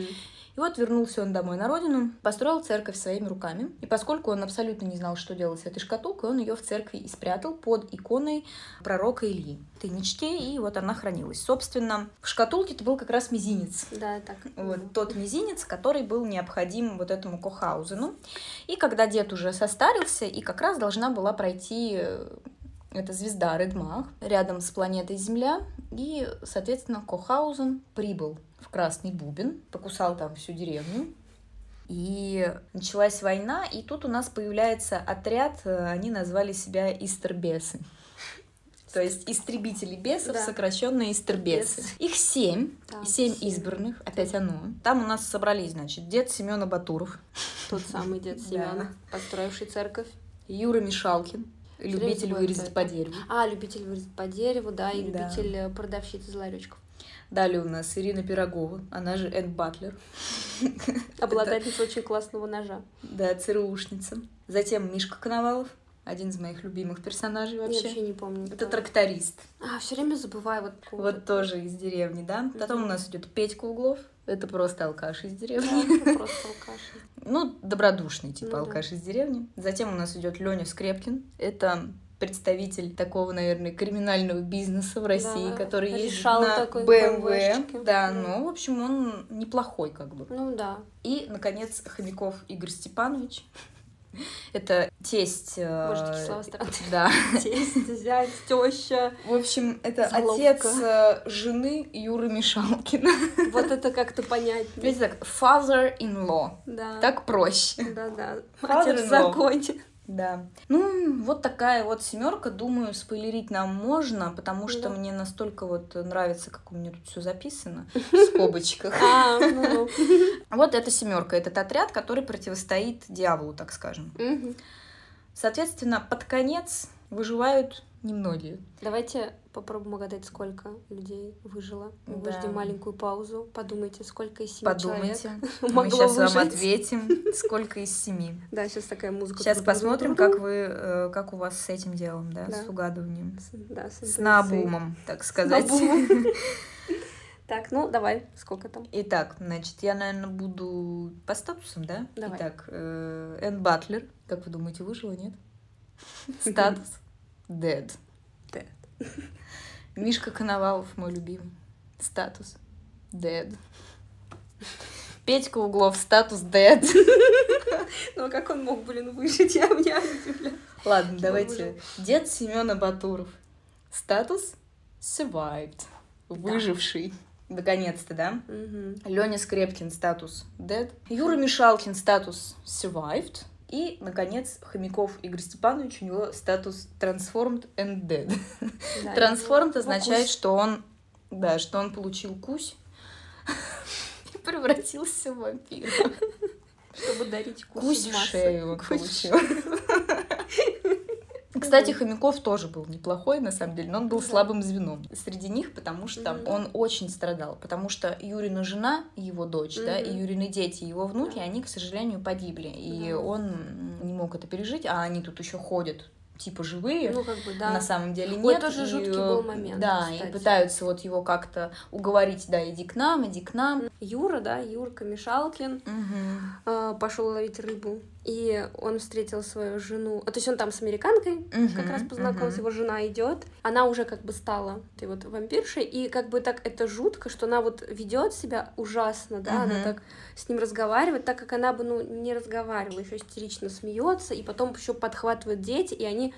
И вот вернулся он домой на родину, построил церковь своими руками, и поскольку он абсолютно не знал, что делать с этой шкатулкой, он ее в церкви и спрятал под иконой пророка Ильи, тайничке, и вот она хранилась. Собственно, в шкатулке это был как раз мизинец. Да, так. Вот тот мизинец, который был необходим вот этому Кохаузену. И когда дед уже состарился, и как раз должна была пройти эта звезда Редмах рядом с планетой Земля, и, соответственно, Кохаузен прибыл в Красный Бубен, покусал там всю деревню. И началась война, и тут у нас появляется отряд, они назвали себя Истербесы. То есть истребители бесов, сокращенно Истербесы. Их 7 избранных, опять оно. Там у нас собрались, значит, дед Семен Абатуров. Тот самый дед Семен, построивший церковь. Юра Мишалкин, любитель вырезать по дереву. Любитель вырезать по дереву, да, и любитель продавщицы злоречков. Далее у нас Ирина Пирогова, она же Энн Батлер. Обладательница очень классного ножа. Да, ЦРУшница. Затем Мишка Коновалов, один из моих любимых персонажей вообще. Я вообще не помню. Это тракторист. Все время забываю. Вот тоже из деревни, да. Потом у нас идет Петька Углов. Это просто алкаш из деревни. Просто алкаш. Ну, добродушный, типа, Ну алкаш из деревни. Затем у нас идет Леня Скрепкин. Это представитель такого, наверное, криминального бизнеса в России, который ездит на BMW. Да, ну, в общем, он неплохой, как бы. Ну, да. И, наконец, Хомяков Игорь Степанович. Это тесть... Боже, такие слова странные. Да. Тесть, зять, теща. В общем, это Зловка. Отец жены Юры Мишалкина. Вот это как-то понятнее. Видите, так, father-in-law. Да. Так проще. Да-да. Father-in-law. Отец в законе. Да. Ну, вот такая вот 7, думаю, спойлерить нам можно, потому что мне настолько вот нравится, как у меня тут все записано в скобочках. Вот эта 7, этот отряд, который противостоит дьяволу, так скажем. Соответственно, под конец выживают немногие. Давайте попробуем угадать, сколько людей выжило. Мы выждем маленькую паузу. Подумайте, сколько из 7 человек могло мы сейчас выжить. вам ответим, сколько из 7. Да, сейчас такая музыка. Сейчас посмотрим, как у вас с этим делом, да, с угадыванием. Да, с наобумом, так сказать. Так, ну давай, сколько там? Итак, значит, я, наверное, буду по статусам, да? Давай. Итак, Энн Батлер, как вы думаете, выжила, нет? Статус dead. Мишка Коновалов, мой любимый. Статус dead. Петька Углов, статус dead. Ну а как он мог, выжить? Я удивляюсь. Ладно, давайте. Дед Семёна Батуров. Статус survived. Выживший. Наконец-то, да? Леня Скрепкин, статус dead. Юра Мишалкин, статус survived. И, наконец, Хомяков Игорь Степанович, у него статус transformed and dead. Да, transformed означает, что он получил кусь и превратился в вампира. Чтобы дарить кусь в шею он получил. Кстати, Хомяков тоже был неплохой, на самом деле, но он был слабым звеном среди них, потому что он очень страдал, потому что Юрина жена, его дочь, да, и Юрины дети, его внуки, они, к сожалению, погибли, и он не мог это пережить, а они тут еще ходят типа живые, на самом деле нет. Ой, тоже жуткий был момент. Да, кстати. И пытаются вот его как-то уговорить, да, иди к нам. Юра, да, Юрка Мишалкин пошел ловить рыбу, и он встретил свою жену. То есть он там с американкой как раз познакомился, его жена идет, она уже как бы стала этой вот вампиршей, и как бы так это жутко, что она вот ведет себя ужасно, да, она так с ним разговаривает, так как она бы, не разговаривала, еще истерично смеется, и потом еще подхватывают дети,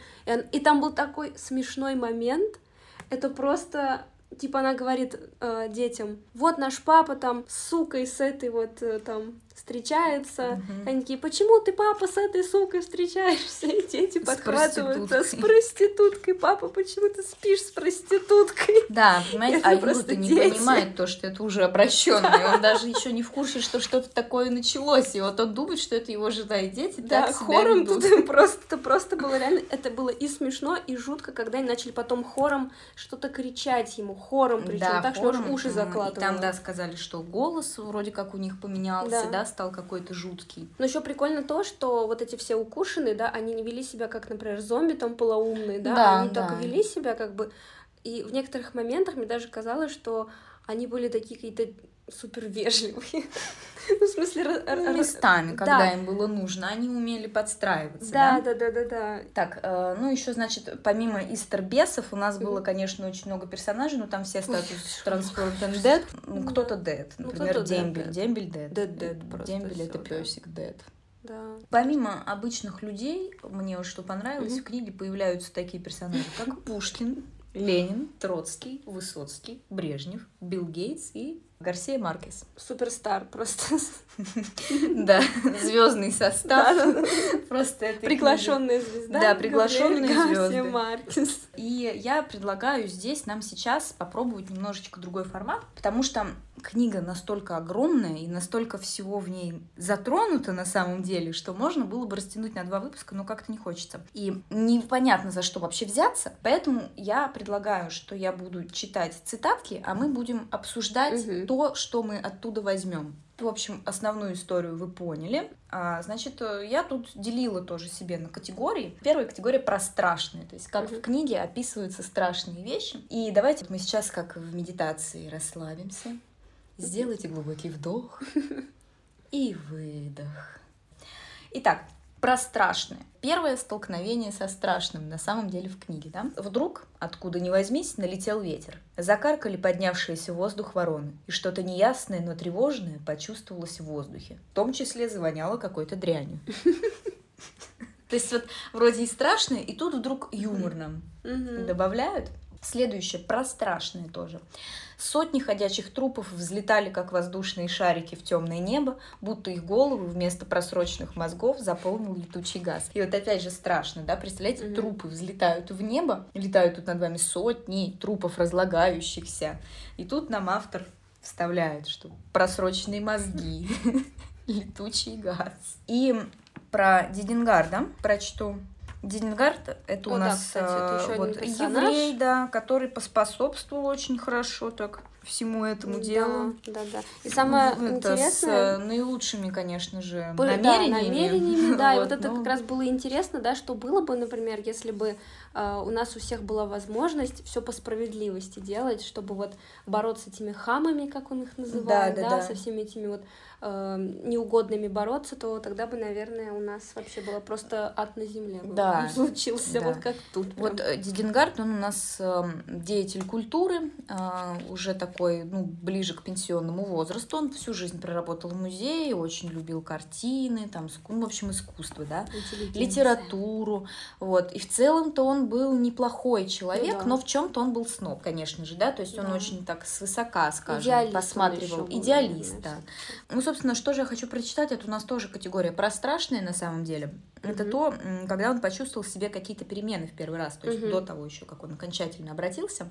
и там был такой смешной момент, это просто... Типа она говорит детям, вот наш папа там с сукой с этой вот там встречается. Они такие, почему ты, папа, с этой сукой встречаешься? И дети подхватываются с проституткой. Папа, почему ты спишь с проституткой? Да, понимаете, а Юра-то не понимает то, что это уже обращенный. Он даже еще не в курсе, что что-то такое началось. И вот он думает, что это его жена и дети. Да, хором тут просто было реально, это было и смешно, и жутко, когда они начали потом хором что-то кричать ему, хором причем, да, так что уши закладывало. И там, да, сказали, что голос вроде как у них поменялся, да, стал какой-то жуткий. Но еще прикольно то, что вот эти все укушенные, да, они не вели себя как, например, зомби там полоумные, да, они так вели себя как бы, и в некоторых моментах мне даже казалось, что они были такие какие-то супер вежливые. Ну, в смысле... местами, когда им было нужно, они умели подстраиваться, да? Да. Так, ну, еще, значит, помимо истербесов у нас было, конечно, очень много персонажей, но там все статус Transformed and Dead. Ну, кто-то Dead, например, Дембель. Дембель Dead. Дембель — это песик Dead. Да. Помимо обычных людей, мне вот что понравилось, в книге появляются такие персонажи, как Пушкин, Ленин, Троцкий, Высоцкий, Брежнев, Билл Гейтс и Гарсия Маркес. Суперстар просто. Да, звездный состав. Просто это приглашенная звезда. Да, приглашенные звезды. Гарсия Маркес. И я предлагаю здесь нам сейчас попробовать немножечко другой формат, потому что книга настолько огромная и настолько всего в ней затронуто на самом деле, что можно было бы растянуть на 2 выпуска, но как-то не хочется. И непонятно, за что вообще взяться, поэтому я предлагаю, что я буду читать цитатки, а мы будем обсуждать то, что мы оттуда возьмем. В общем, основную историю вы поняли. Значит, я тут делила тоже себе на категории. Первая категория про страшные, то есть как в книге описываются страшные вещи. И давайте мы сейчас, как в медитации, расслабимся. Сделайте глубокий вдох и выдох. Итак, про страшное. Первое столкновение со страшным на самом деле в книге, да? Вдруг, откуда ни возьмись, налетел ветер. Закаркали поднявшиеся в воздух вороны, и что-то неясное, но тревожное почувствовалось в воздухе. В том числе завоняло какой-то дрянью. То есть вот вроде и страшное, и тут вдруг юморно добавляют. Следующее, про страшное тоже. Сотни ходячих трупов взлетали, как воздушные шарики в темное небо, будто их головы вместо просроченных мозгов заполнил летучий газ. И вот опять же страшно, да? Представляете, трупы взлетают в небо, летают тут над вами сотни трупов разлагающихся. И тут нам автор вставляет, что просроченные мозги, летучий газ. И про Дидингарда прочту. Дидингард — это у нас кстати, вот еврей, да, который поспособствовал очень хорошо так всему этому делу. Да. И самое это интересное... с наилучшими, конечно же, намерениями. Да, и вот это как раз было интересно, да, что было бы, например, если бы у нас у всех была возможность все по справедливости делать, чтобы вот бороться с этими хамами, как он их называет, да, со всеми этими вот неугодными бороться, то тогда бы, наверное, у нас вообще было просто ад на земле. Да. Случился, вот как тут. Вот Дидингард, он у нас деятель культуры, уже такой, ближе к пенсионному возрасту. Он всю жизнь проработал в музее, очень любил картины, там, в общем, искусство, да, литературу. Вот. И в целом-то он был неплохой человек, но в чем-то он был сноб, конечно же, да, то есть он очень так свысока, скажем, идеалист посматривал. Идеалист, да. Собственно, что же я хочу прочитать, это у нас тоже категория про страшное на самом деле. Это то, когда он почувствовал в себе какие-то перемены в первый раз, то есть до того еще, как он окончательно обратился.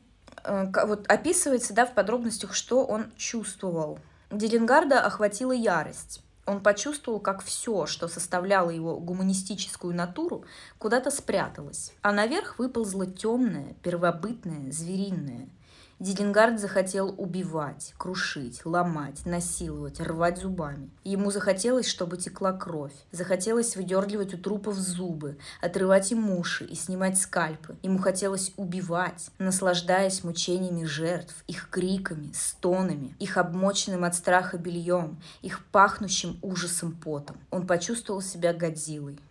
Вот описывается, да, в подробностях, что он чувствовал. Дидингарда охватила ярость. Он почувствовал, как все, что составляло его гуманистическую натуру, куда-то спряталось, а наверх выползло темное, первобытное, звериное. Дидингард захотел убивать, крушить, ломать, насиловать, рвать зубами. Ему захотелось, чтобы текла кровь. Захотелось выдергивать у трупов зубы, отрывать им уши и снимать скальпы. Ему хотелось убивать, наслаждаясь мучениями жертв, их криками, стонами, их обмоченным от страха бельем, их пахнущим ужасом потом. Он почувствовал себя Годзиллой.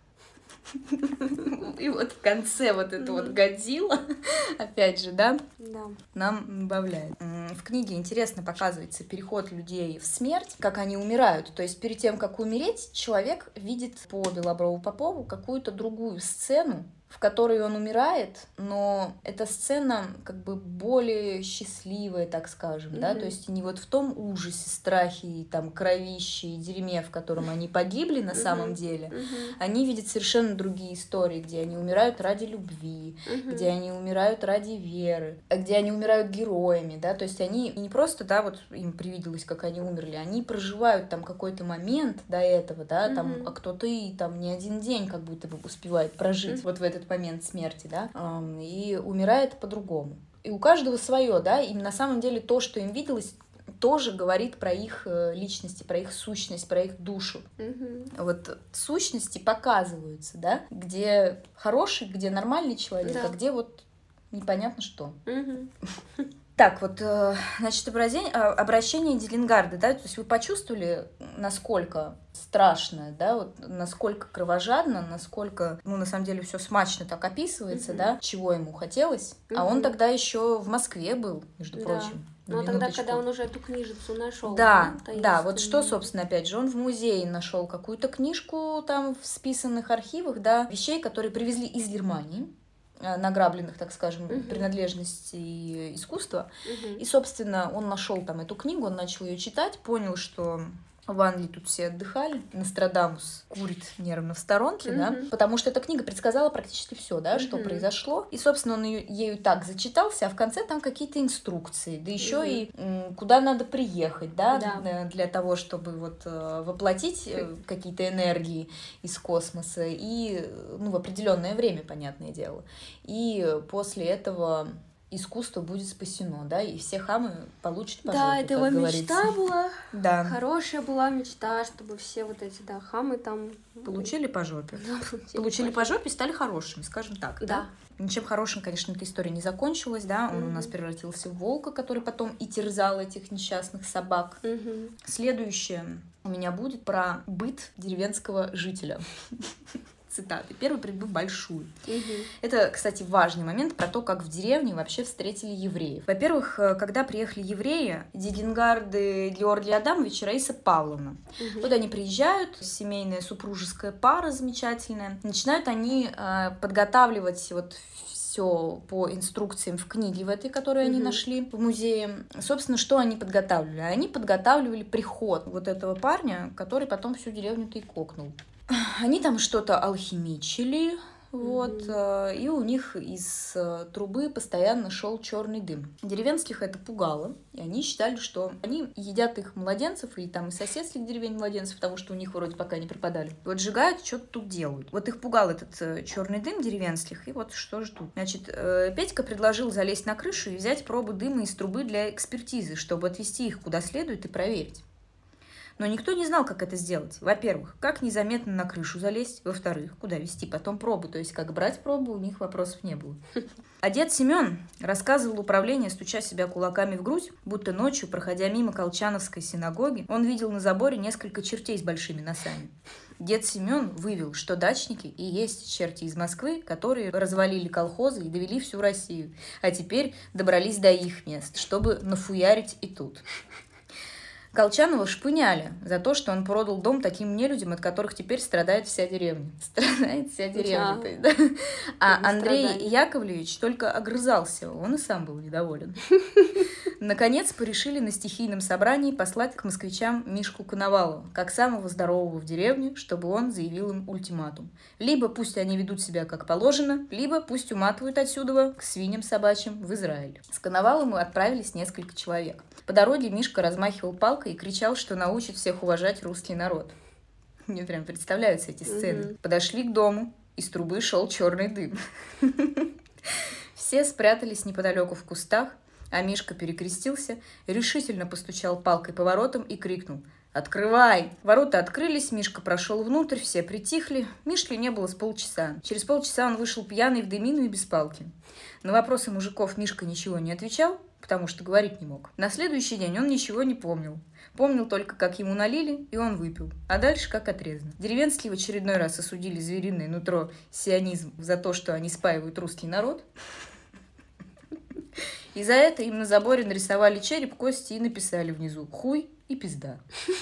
И вот в конце вот это вот Годзилла, опять же, да, нам добавляет. В книге интересно показывается переход людей в смерть, как они умирают. То есть перед тем, как умереть, человек видит по Белоброву-Попову какую-то другую сцену, в которой он умирает, но эта сцена как бы более счастливая, так скажем, да, то есть не вот в том ужасе, страхе, и там кровище и дерьме, в котором они погибли на самом деле, они видят совершенно другие истории, где они умирают ради любви, где они умирают ради веры, где они умирают героями, да, то есть они не просто, да, вот им привиделось, как они умерли, они проживают там какой-то момент до этого, да, там, а кто-то и там не один день как будто бы успевает прожить вот в этот момент смерти, да, и умирает по-другому. И у каждого свое, да, и на самом деле то, что им виделось, тоже говорит про их личности, про их сущность, про их душу. Вот сущности показываются, да, где хороший, где нормальный человек, а где вот непонятно что. Так, вот, значит, обращение Дидингарда, да, то есть вы почувствовали, насколько страшно, да, вот, насколько кровожадно, насколько, на самом деле все смачно так описывается, да, чего ему хотелось, а он тогда еще в Москве был, между прочим. Ну, тогда, когда он уже эту книжицу нашел. Да, вот что, собственно, опять же, он в музее нашел какую-то книжку там в списанных архивах, да, вещей, которые привезли из Германии, награбленных, так скажем, принадлежностей искусства. И, собственно, он нашел там эту книгу, он начал ее читать, понял, что в Англии тут все отдыхали, Нострадамус курит нервно в сторонке, да, потому что эта книга предсказала практически все, да, что произошло. И, собственно, он ею так зачитался, а в конце там какие-то инструкции, да еще и куда надо приехать, да, для того, чтобы вот воплотить какие-то энергии из космоса и, в определенное время, понятное дело. И после этого искусство будет спасено, да, и все хамы получат по жопе, да, это его мечта была, да. Хорошая была мечта, чтобы все вот эти, да, хамы там... Получили по жопе. Получили по жопе и стали хорошими, скажем так, да? Ничем хорошим, конечно, эта история не закончилась, да, он у нас превратился в волка, который потом и терзал этих несчастных собак. Следующее. у меня будет про быт деревенского жителя. Цитаты. Первый приведу большую. Это, кстати, важный момент про то, как в деревне вообще встретили евреев. Во-первых, когда приехали евреи, Дидингарды Георгий Адамович и Раиса Павловна. Вот они приезжают, семейная супружеская пара замечательная. Начинают они подготавливать вот все по инструкциям в книге в этой, которую они нашли в музее. Собственно, что они подготавливали? Они подготавливали приход вот этого парня, который потом всю деревню-то и кокнул. Они там что-то алхимичили, вот, и у них из трубы постоянно шел черный дым. Деревенских это пугало, и они считали, что они едят их младенцев, или там и соседских деревень младенцев, потому что у них вроде пока не пропадали. Вот сжигают, что-то тут делают. Вот их пугал этот черный дым деревенских, и вот что ждут. Значит, Петька предложил залезть на крышу и взять пробу дыма из трубы для экспертизы, чтобы отвезти их куда следует и проверить. Но никто не знал, как это сделать. Во-первых, как незаметно на крышу залезть. Во-вторых, куда везти потом пробу. То есть, как брать пробу, у них вопросов не было. А дед Семен рассказывал управление, стуча себя кулаками в грудь, будто ночью, проходя мимо Колчановской синагоги, он видел на заборе несколько чертей с большими носами. Дед Семен вывел, что дачники и есть черти из Москвы, которые развалили колхозы и довели всю Россию. А теперь добрались до их мест, чтобы нафуярить и тут. Колчанова шпыняли за то, что он продал дом таким нелюдям, от которых теперь страдает вся деревня. Страдает вся деревня. Да. А Андрей Яковлевич только огрызался, он и сам был недоволен. Наконец, порешили на стихийном собрании послать к москвичам Мишку Коновалова, как самого здорового в деревне, чтобы он заявил им ультиматум. Либо пусть они ведут себя как положено, либо пусть уматывают отсюда к свиньям собачьим в Израиль. С Коновалом отправились несколько человек. По дороге Мишка размахивал палкой и кричал, что научит всех уважать русский народ. Мне прям представляются эти сцены. Подошли к дому, из трубы шел черный дым. Все спрятались неподалеку в кустах, а Мишка перекрестился, решительно постучал палкой по воротам и крикнул: «Открывай!» Ворота открылись, Мишка прошел внутрь, все притихли. Мишки не было с полчаса. Через полчаса он вышел пьяный в дымину и без палки. На вопросы мужиков Мишка ничего не отвечал, потому что говорить не мог. На следующий день он ничего не помнил. Помнил только, как ему налили, и он выпил. А дальше как отрезано. Деревенские в очередной раз осудили звериное нутро сионизм за то, что они спаивают русский народ. И за это им на заборе нарисовали череп, кости и написали внизу: «Хуй и пизда».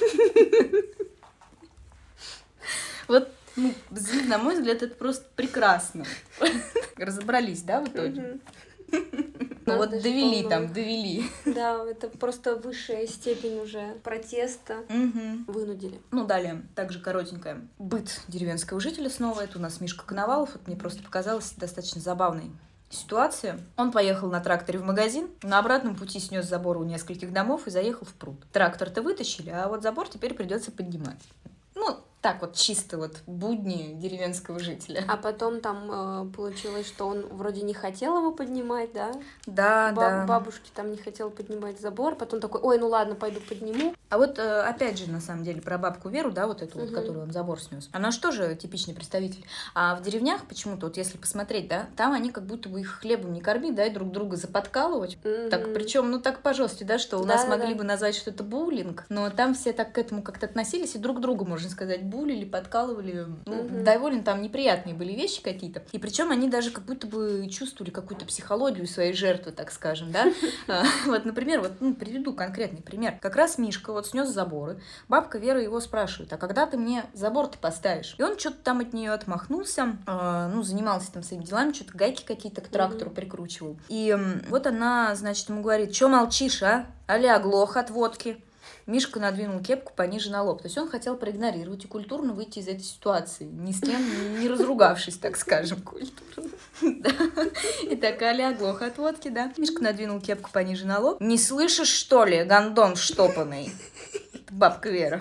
Вот, на мой взгляд, это просто прекрасно. Разобрались, да, в итоге? Вот довели. Да, это просто высшая степень уже протеста. Вынудили. Ну, далее, также коротенькое. Быт деревенского жителя снова. Это у нас Мишка Коновалов. Это мне просто показалось достаточно забавной ситуация. Он поехал на тракторе в магазин, на обратном пути снес забор у нескольких домов и заехал в пруд. Трактор-то вытащили, а вот забор теперь придется поднимать. Ну, так вот, чисто вот будни деревенского жителя. А потом там получилось, что он вроде не хотел его поднимать, да? Да, да. Бабушки там не хотела поднимать забор, потом такой: ой, ну ладно, пойду подниму. А вот опять же, на самом деле, про бабку Веру, да, вот эту вот, которую он забор снес. Она же тоже типичный представитель. А в деревнях почему-то, вот если посмотреть, да, там они как будто бы их хлебом не кормить, да, и друг друга заподкалывать. Так, причем, ну так по-жестко, да, что у нас могли бы назвать, что это буллинг, но там все так к этому как-то относились и друг другу, можно сказать, буллили, подкалывали. Ну, довольно там неприятные были вещи какие-то. И причем они даже как будто бы чувствовали какую-то психологию своей жертвы, так скажем, да. Вот, например, вот приведу конкретный пример. Как раз Мишка вот снес заборы. Бабка Вера его спрашивает: а когда ты мне забор-то поставишь? И он что-то там от нее отмахнулся, ну, занимался там своими делами, что-то гайки какие-то к трактору прикручивал. И вот она, значит, ему говорит: чё молчишь, а? Али оглох от водки? Мишка надвинул кепку пониже на лоб. То есть он хотел проигнорировать и культурно выйти из этой ситуации, ни с кем не разругавшись, так скажем. Культурно. Итак, Аля оглох от водки, да. Мишка надвинул кепку пониже на лоб. Не слышишь, что ли, гондон штопанный? Бабка Вера.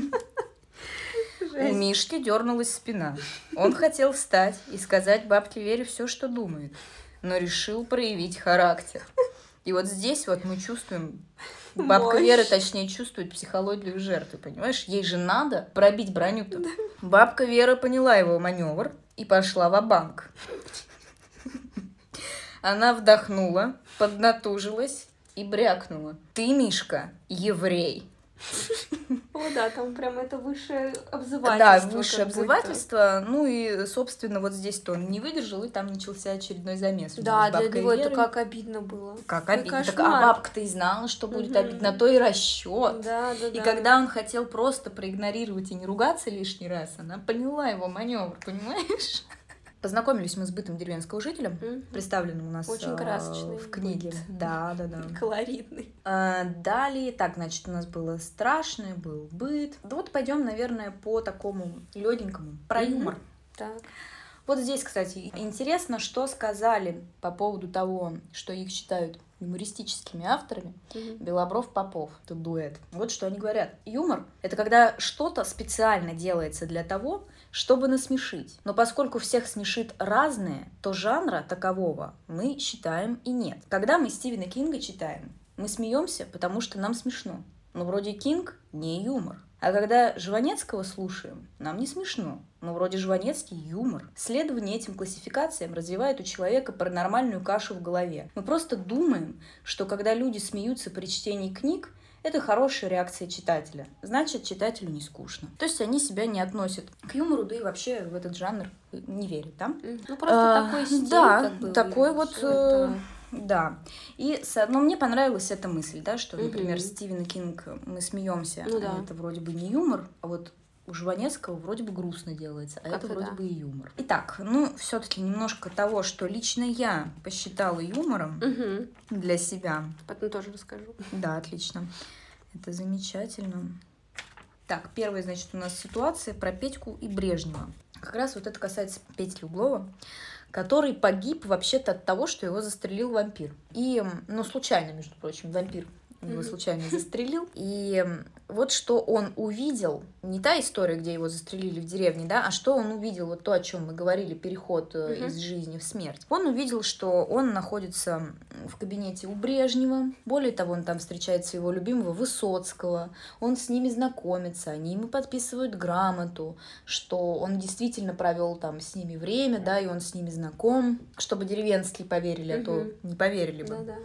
У Мишки дернулась спина. Он хотел встать и сказать бабке Вере все, что думает, но решил проявить характер. И вот здесь вот мы чувствуем, бабка Вера, точнее, чувствует психологию жертвы, понимаешь? Ей же надо пробить броню-то. Да. Бабка Вера поняла его маневр и пошла ва-банк. Она вдохнула, поднатужилась и брякнула: ты, Мишка, еврей. О, да, там прям это высшее обзывательство. Да, высшее обзывательство. Ну и, собственно, вот здесь-то он не выдержал, и там начался очередной замес. Да, для него это как обидно было. Как обидно. Так, а бабка-то и знала, что будет обидно, то и расчет. Да. И когда он хотел просто проигнорировать и не ругаться лишний раз, она поняла его маневр, понимаешь? Познакомились мы с бытом деревенского жителя, представленным у нас очень красочный в книге. Да. Колоритный. Далее, так, значит, у нас было страшное, был быт. Да вот пойдем, наверное, по такому легенькому, про юмор. Так. Вот здесь, кстати, интересно, что сказали по поводу того, что их считают юмористическими авторами, Белобров-Попов, это дуэт. Вот что они говорят. Юмор — это когда что-то специально делается для того, чтобы насмешить. Но поскольку всех смешит разное, то жанра такового мы считаем и нет. Когда мы Стивена Кинга читаем, мы смеемся, потому что нам смешно. Но вроде Кинг не юмор. А когда Жванецкого слушаем, нам не смешно. Но вроде Жванецкий юмор. Следование этим классификациям развивает у человека паранормальную кашу в голове. Мы просто думаем, что когда люди смеются при чтении книг, это хорошая реакция читателя. Значит, читателю не скучно. То есть они себя не относят к юмору, да и вообще в этот жанр не верят, да? Ну, просто такой стиль. Да, как бы, такой вот... Да. Но мне понравилась эта мысль, да, что, например, Стивен Кинг, мы смеемся, это вроде бы не юмор, а вот у Жванецкого вроде бы грустно делается, а это вроде бы и юмор. Итак, все-таки немножко того, что лично я посчитала юмором для себя. Потом тоже расскажу. Да, отлично. Это замечательно. Так, первая, значит, у нас ситуация про Петьку и Брежнева. Как раз вот это касается Петьки Углова, который погиб вообще-то от того, что его застрелил вампир. И, случайно, между прочим, вампир его случайно застрелил. И вот что он увидел, не та история, где его застрелили в деревне, да, а что он увидел, вот то, о чем мы говорили, переход из жизни в смерть. Он увидел, что он находится в кабинете у Брежнева. Более того, он там встречает своего любимого Высоцкого. Он с ними знакомится, они ему подписывают грамоту, что он действительно провел там с ними время, да, и он с ними знаком, чтобы деревенские поверили, а то не поверили бы. Да.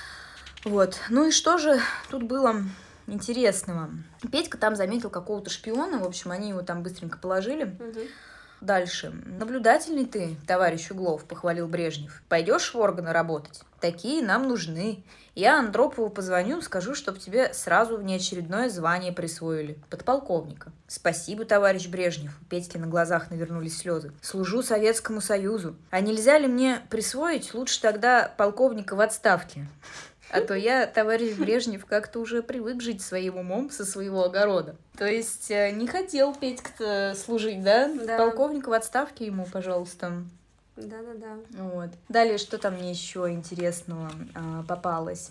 Вот. Ну и что же тут было интересного? Петька там заметил какого-то шпиона, в общем, они его там быстренько положили. Дальше. Наблюдательный ты, товарищ Углов, похвалил Брежнев. Пойдешь в органы работать? Такие нам нужны. Я Андропову позвоню, скажу, чтоб тебе сразу внеочередное звание присвоили. Подполковника. Спасибо, товарищ Брежнев. У Петьки на глазах навернулись слезы. Служу Советскому Союзу. А нельзя ли мне присвоить лучше тогда полковника в отставке? А то я, товарищ Брежнев, как-то уже привык жить своим умом со своего огорода. То есть не хотел Петька-то служить, да? Полковник в отставке ему, пожалуйста. Да. Вот. Далее, что там мне еще интересного попалось?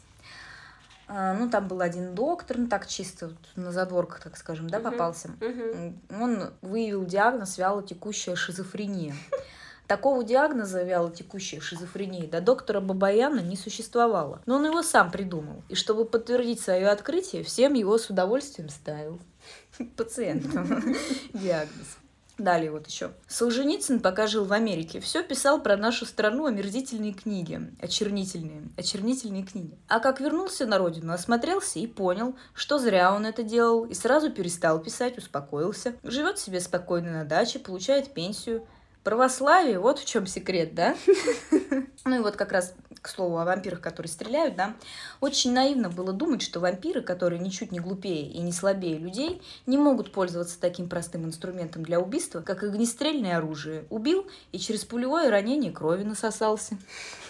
Там был один доктор, так чисто на задворках, так скажем, да, попался. Он выявил диагноз вялотекущая шизофрения. Такого диагноза вялотекущая шизофрения до доктора Бабаяна не существовало. Но он его сам придумал. И чтобы подтвердить свое открытие, всем его с удовольствием ставил. Пациенту диагноз. Далее вот еще. Солженицын, пока жил в Америке, все писал про нашу страну омерзительные книги, очернительные книги. А как вернулся на родину, осмотрелся и понял, что зря он это делал, и сразу перестал писать, успокоился. Живет себе спокойно на даче, получает пенсию. Православие, вот в чем секрет, да? Ну и вот как раз, к слову, о вампирах, которые стреляют, да, очень наивно было думать, что вампиры, которые ничуть не глупее и не слабее людей, не могут пользоваться таким простым инструментом для убийства, как огнестрельное оружие. Убил и через пулевое ранение крови насосался.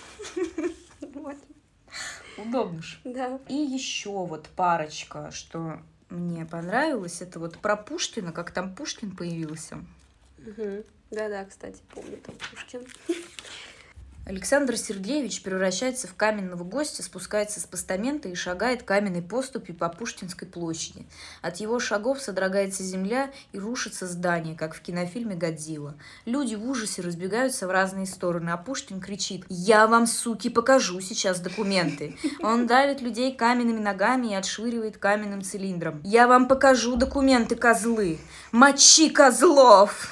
Удобно же. Да. И еще вот парочка, что мне понравилось, это вот про Пушкина, как там Пушкин появился. Да, кстати, помню там Пушкин. Александр Сергеевич превращается в каменного гостя, спускается с постамента и шагает каменной поступью по Пушкинской площади. От его шагов содрогается земля и рушится здание, как в кинофильме «Годзилла». Люди в ужасе разбегаются в разные стороны, а Пушкин кричит: «Я вам, суки, покажу сейчас документы!» Он давит людей каменными ногами и отшвыривает каменным цилиндром. «Я вам покажу документы, козлы! Мочи козлов!»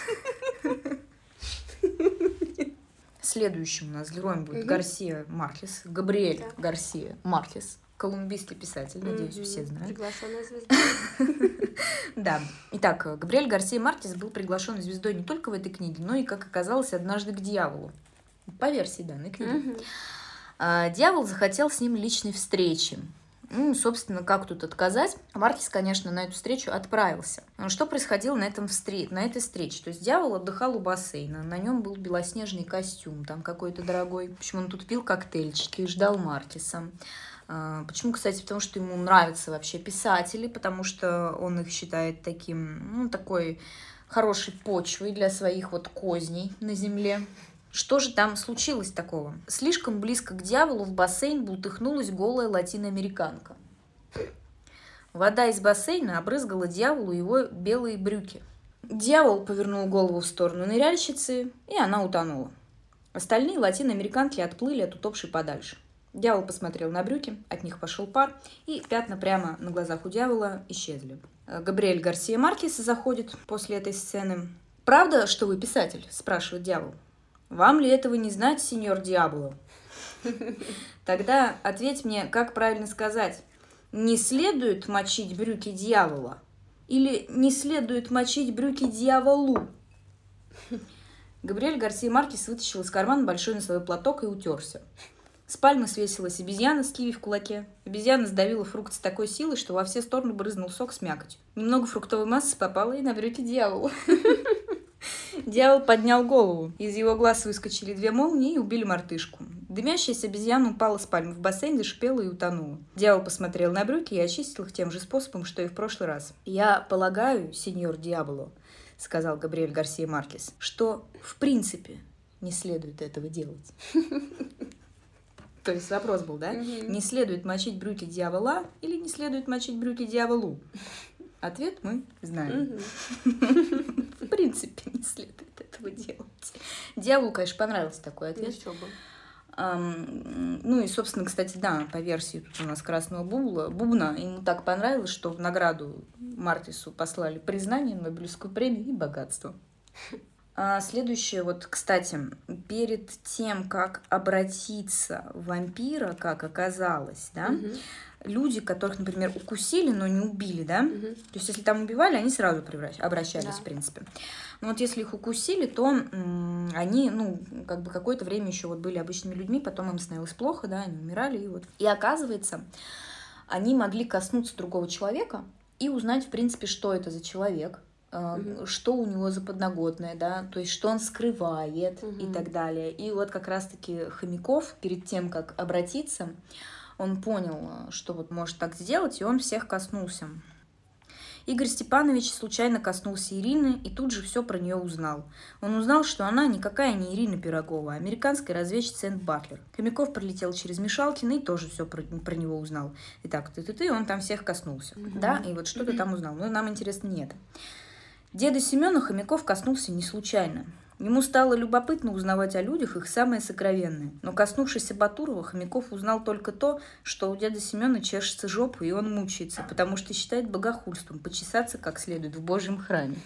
Следующим у нас героем будет Гарсия Маркес, Габриэль Гарсия Маркес. колумбийский писатель, надеюсь, все знают. Приглашенная звезда. Да. Итак, Габриэль Гарсия Маркес был приглашенной звездой не только в этой книге, но и, как оказалось, однажды к дьяволу. По версии данной книги. Дьявол захотел с ним личной встречи. Собственно, как тут отказать? Маркес, конечно, на эту встречу отправился. Но что происходило на этой встрече? То есть дьявол отдыхал у бассейна, на нем был белоснежный костюм, там какой-то дорогой. В общем, он тут пил коктейльчики и ждал Маркеса. Почему, кстати? Потому что ему нравятся вообще писатели, потому что он их считает такой хорошей почвой для своих вот козней на земле. Что же там случилось такого? Слишком близко к дьяволу в бассейн бултыхнулась голая латиноамериканка. Вода из бассейна обрызгала дьяволу его белые брюки. Дьявол повернул голову в сторону ныряльщицы, и она утонула. Остальные латиноамериканки отплыли от утопшей подальше. Дьявол посмотрел на брюки, от них пошел пар, и пятна прямо на глазах у дьявола исчезли. Габриэль Гарсия Маркес заходит после этой сцены. «Правда, что вы писатель?» – спрашивает дьявол. «Вам ли этого не знать, сеньор Диабло?» Тогда ответь мне, как правильно сказать. Не следует мочить брюки дьявола? Или не следует мочить брюки дьяволу? Габриэль Гарсия Маркес вытащил из кармана большой носовой платок и утерся. С пальмы свесилась обезьяна с киви в кулаке. Обезьяна сдавила фрукт с такой силой, что во все стороны брызнул сок с мякотью. Немного фруктовой массы попало и на брюки дьявола. Дьявол поднял голову. Из его глаз выскочили 2 молнии и убили мартышку. Дымящаяся обезьяна упала с пальмы в бассейн, зашипела и утонула. Дьявол посмотрел на брюки и очистил их тем же способом, что и в прошлый раз. «Я полагаю, сеньор Диабло, — сказал Габриэль Гарсия Маркес, — что в принципе не следует этого делать». То есть вопрос был, да? Не следует мочить брюки дьявола или не следует мочить брюки дьяволу? Ответ мы знаем. В принципе, не следует этого делать. Дьяволу, конечно, понравился такой ответ. И, собственно, кстати, да, по версии тут у нас красного бубна, ему так понравилось, что в награду Маркесу послали признание, Нобелевскую премию и богатство. Следующее, кстати, перед тем, как обратиться в вампира, как оказалось, да, люди, которых, например, укусили, но не убили, да, то есть если там убивали, они сразу обращались, в принципе. Но если их укусили, то они, какое-то время еще были обычными людьми, потом им становилось плохо, да, они умирали, и оказывается, они могли коснуться другого человека и узнать, в принципе, что это за человек, что у него за подноготное, да, то есть что он скрывает и так далее. И как раз-таки Хомяков перед тем, как обратиться, он понял, что может так сделать, и он всех коснулся. Игорь Степанович случайно коснулся Ирины и тут же все про нее узнал. Он узнал, что она никакая не Ирина Пирогова, а американская разведчица Энн Батлер. Хомяков пролетел через Мишалкина и тоже все про него узнал. Итак, он там всех коснулся. Да, и что ты там узнал? Нам интересно не это. Деда Семена Хомяков коснулся не случайно. Ему стало любопытно узнавать о людях их самое сокровенное. Но коснувшись Батурова, Хомяков узнал только то, что у деда Семена чешется жопа, и он мучается, потому что считает богохульством почесаться как следует в Божьем храме.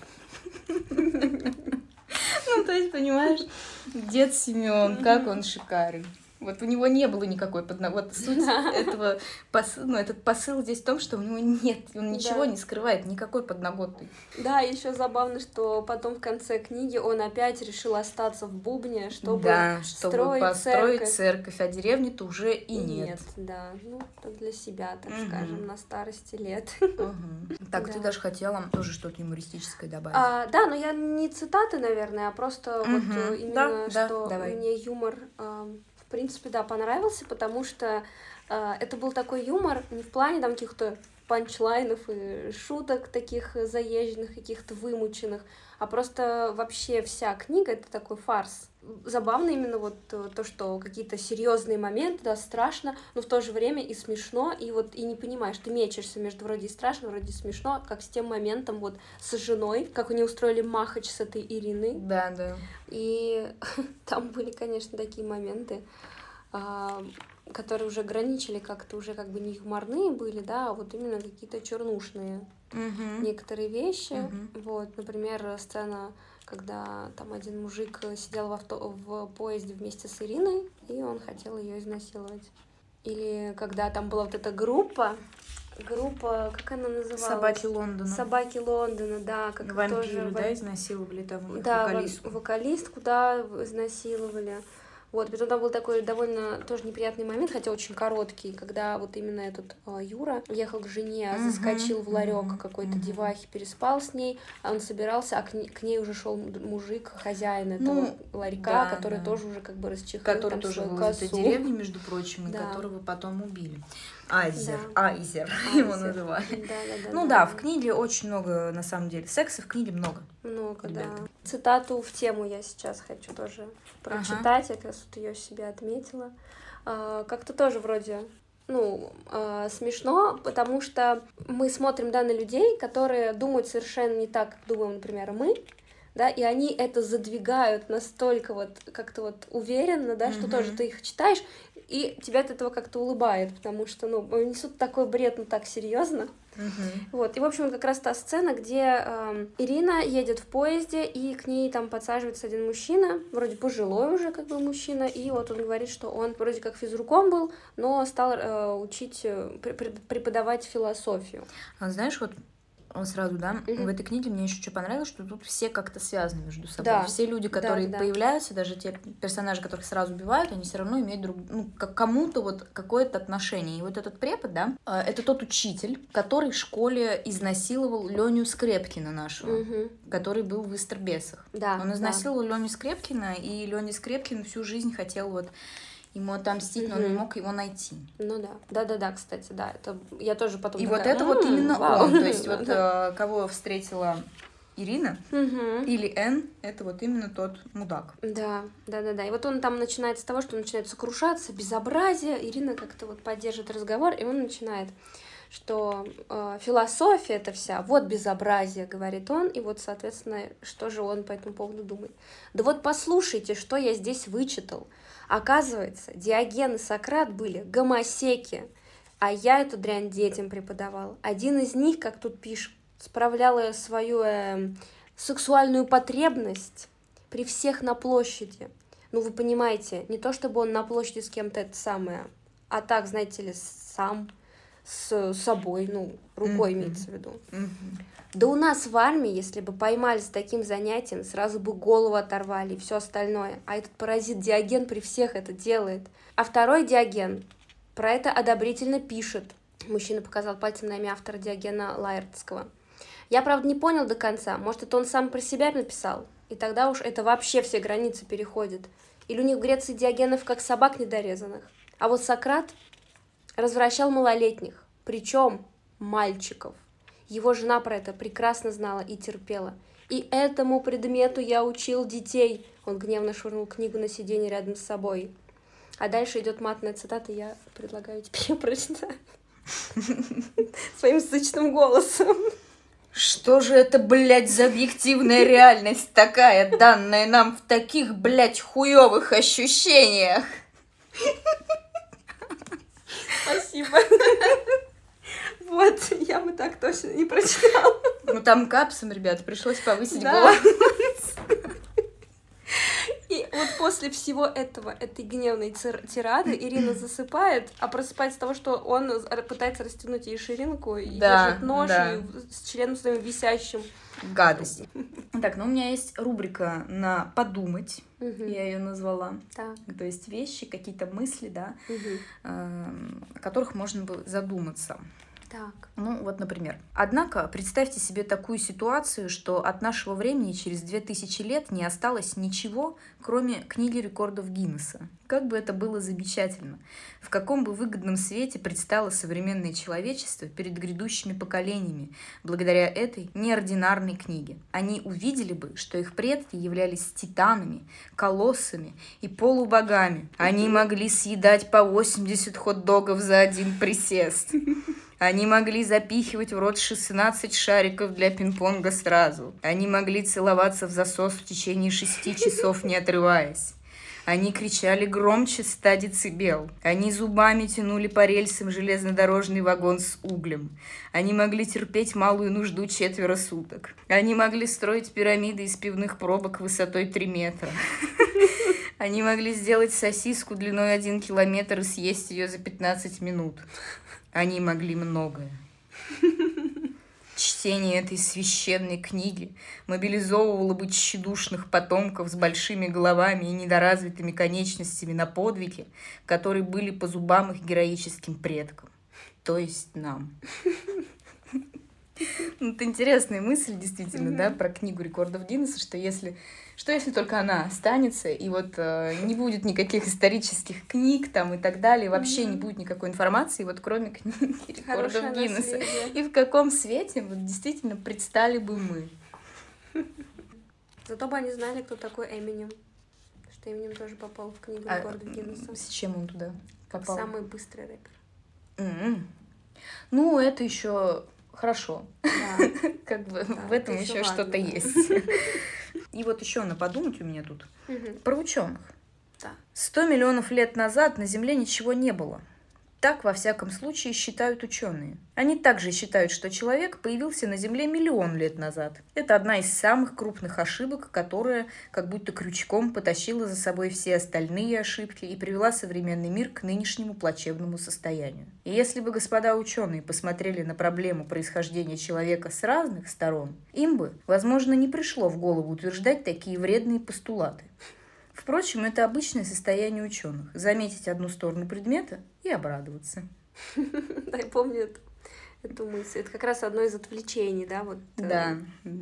То есть, понимаешь, дед Семен, как он шикарен. У него не было никакой суть этого этот посыл здесь в том, что у него нет, он ничего не скрывает, никакой подноготной. Да, еще забавно, что потом в конце книги он опять решил остаться в Бубне, чтобы построить церковь, а деревни-то уже и нет. Да, для себя, так скажем, на старости лет. Так, ты даже хотела тоже что-то юмористическое добавить. Да, но я не цитаты, наверное, а просто именно, что мне юмор... В принципе, да, понравился, потому что это был такой юмор не в плане каких-то панчлайнов и шуток таких заезженных, каких-то вымученных, а просто вообще вся книга — это такой фарс. Забавно именно то, что какие-то серьезные моменты, да, страшно, но в то же время и смешно, и не понимаешь, ты мечешься между вроде и страшно, вроде и смешно, как с тем моментом с женой, как они устроили махач с этой Ириной. Да, да. И там были, конечно, такие моменты, которые уже граничили как-то, уже не юморные были, да, а именно какие-то чернушные некоторые вещи. Например, сцена, когда там один мужик сидел в поезде вместе с Ириной, и он хотел ее изнасиловать. Или когда там была вот эта группа, как она называлась? Собаки Лондона. Собаки Лондона, да. Как Вампиры, тоже... да, изнасиловали там их да, вокалистку. Вокалистку, да, изнасиловали. Вот, потом там был такой довольно тоже неприятный момент, хотя очень короткий, когда вот именно этот Юра ехал к жене, заскочил в ларек какой-то девахи, переспал с ней, а он собирался, а к ней уже шел мужик, хозяин этого ларька, да, который тоже уже как бы расчехлил который там тоже свою был косу. из этой деревни, между прочим, и которого потом убили. Айзер его называли. Да, в книге очень много, на самом деле, секса в книге много. Много, ребята. Да. Цитату в тему я сейчас хочу тоже прочитать, я как раз вот ее себе отметила. Как-то тоже вроде, смешно, потому что мы смотрим, да, на людей, которые думают совершенно не так, как думаем, например, мы, да, и они это задвигают настолько вот как-то вот уверенно, да, что тоже ты их читаешь, и тебя от этого как-то улыбает, потому что, несут такой бред, так серьезно. Вот, и, в общем, как раз та сцена, где Ирина едет в поезде, и к ней там подсаживается один мужчина, вроде пожилой уже как бы мужчина, и вот он говорит, что он вроде как физруком был, но стал учить, преподавать философию. Знаешь, вот сразу, да, в этой книге мне еще что понравилось, что тут все как-то связаны между собой. Да. Все люди, которые появляются, даже те персонажи, которых сразу убивают, они все равно имеют к кому-то вот какое-то отношение. И вот этот препод, да, это тот учитель, который в школе изнасиловал Леню Скрепкина нашего, который был в Истербесах. Да, он изнасиловал Леню Скрепкина, и Леня Скрепкин всю жизнь хотел вот ему отомстить, но он не мог его найти. Ну да. Да, кстати, да. Это я тоже потом и такая, вот это вот именно он. То есть вот кого встретила Ирина или Энн, это вот именно тот мудак. Да. И вот он там начинает с того, что он начинает сокрушаться, безобразие. Ирина как-то вот поддерживает разговор, и он начинает, что философия это вся, вот безобразие, говорит он, и вот, соответственно, что же он по этому поводу думает. Да вот послушайте, что я здесь вычитал. Оказывается, Диоген и Сократ были гомосеки, а я эту дрянь детям преподавал. Один из них, как тут пишет, справлял свою сексуальную потребность при всех на площади. Вы понимаете, не то чтобы он на площади с кем-то это самое, а так, знаете ли, сам с собой, рукой имеется в виду. Да у нас в армии, если бы поймали за таким занятием, сразу бы голову оторвали и все остальное. А этот паразит Диоген при всех это делает. А второй Диоген про это одобрительно пишет. Мужчина показал пальцем на имя автора Диогена Лаэртского. Я, правда, не понял до конца. Может, это он сам про себя написал? И тогда уж это вообще все границы переходит. Или у них в Греции Диогенов как собак недорезанных. А вот Сократ развращал малолетних, причем мальчиков. Его жена про это прекрасно знала и терпела. И этому предмету я учил детей. Он гневно швырнул книгу на сиденье рядом с собой. А дальше идет матная цитата, я предлагаю тебе ее прочитать своим зычным голосом. Что же это, блядь, за объективная реальность такая, данная нам в таких, блядь, хуёвых ощущениях? Спасибо. Вот, я бы так точно не прочитала. Там капсом, ребята, пришлось повысить голос. И вот после всего этой гневной тирады Ирина засыпает, а просыпается с того, что он пытается расстегнуть ей ширинку и держит нож и с членом своим висящим. Гадость. Так, у меня есть рубрика на подумать, я ее назвала. Так. То есть вещи, какие-то мысли, да, о которых можно было задуматься. Так. Например. Однако, представьте себе такую ситуацию, что от нашего времени через 2000 лет не осталось ничего, кроме книги рекордов Гиннесса. Как бы это было замечательно. В каком бы выгодном свете предстало современное человечество перед грядущими поколениями, благодаря этой неординарной книге. Они увидели бы, что их предки являлись титанами, колоссами и полубогами. Они могли съедать по 80 хот-догов за один присест. Они могли запихивать в рот 16 шариков для пинг-понга сразу. Они могли целоваться в засос в течение 6 часов, не отрываясь. Они кричали громче 100 децибел. Они зубами тянули по рельсам железнодорожный вагон с углем. Они могли терпеть малую нужду 4 суток. Они могли строить пирамиды из пивных пробок высотой 3 метра. Они могли сделать сосиску длиной 1 километр и съесть ее за 15 минут. Они могли многое. Чтение этой священной книги мобилизовывало бы тщедушных потомков с большими головами и недоразвитыми конечностями на подвиги, которые были по зубам их героическим предкам, то есть нам. Это интересная мысль, действительно, да, про книгу рекордов Гиннесса, что если только она останется, и вот не будет никаких исторических книг там и так далее, вообще не будет никакой информации, вот кроме книги рекордов Гиннесса. И в каком свете вот действительно предстали бы мы. Зато бы они знали, кто такой Эминем. Что Эминем тоже попал в книгу рекордов Гиннесса. С чем он туда попал? Как самый быстрый рэпер. Ну, это еще... Хорошо. Да. Как бы в этом еще что-то есть. И вот еще на подумать у меня тут. Про ученых. 100 миллионов лет назад на Земле ничего не было. Так, во всяком случае, считают ученые. Они также считают, что человек появился на Земле 1 миллион лет назад. Это одна из самых крупных ошибок, которая как будто крючком потащила за собой все остальные ошибки и привела современный мир к нынешнему плачевному состоянию. И если бы господа ученые посмотрели на проблему происхождения человека с разных сторон, им бы, возможно, не пришло в голову утверждать такие вредные постулаты. Впрочем, это обычное состояние ученых – заметить одну сторону предмета и обрадоваться. Да, я помню эту мысль. Это как раз одно из отвлечений, да? Вот. Да.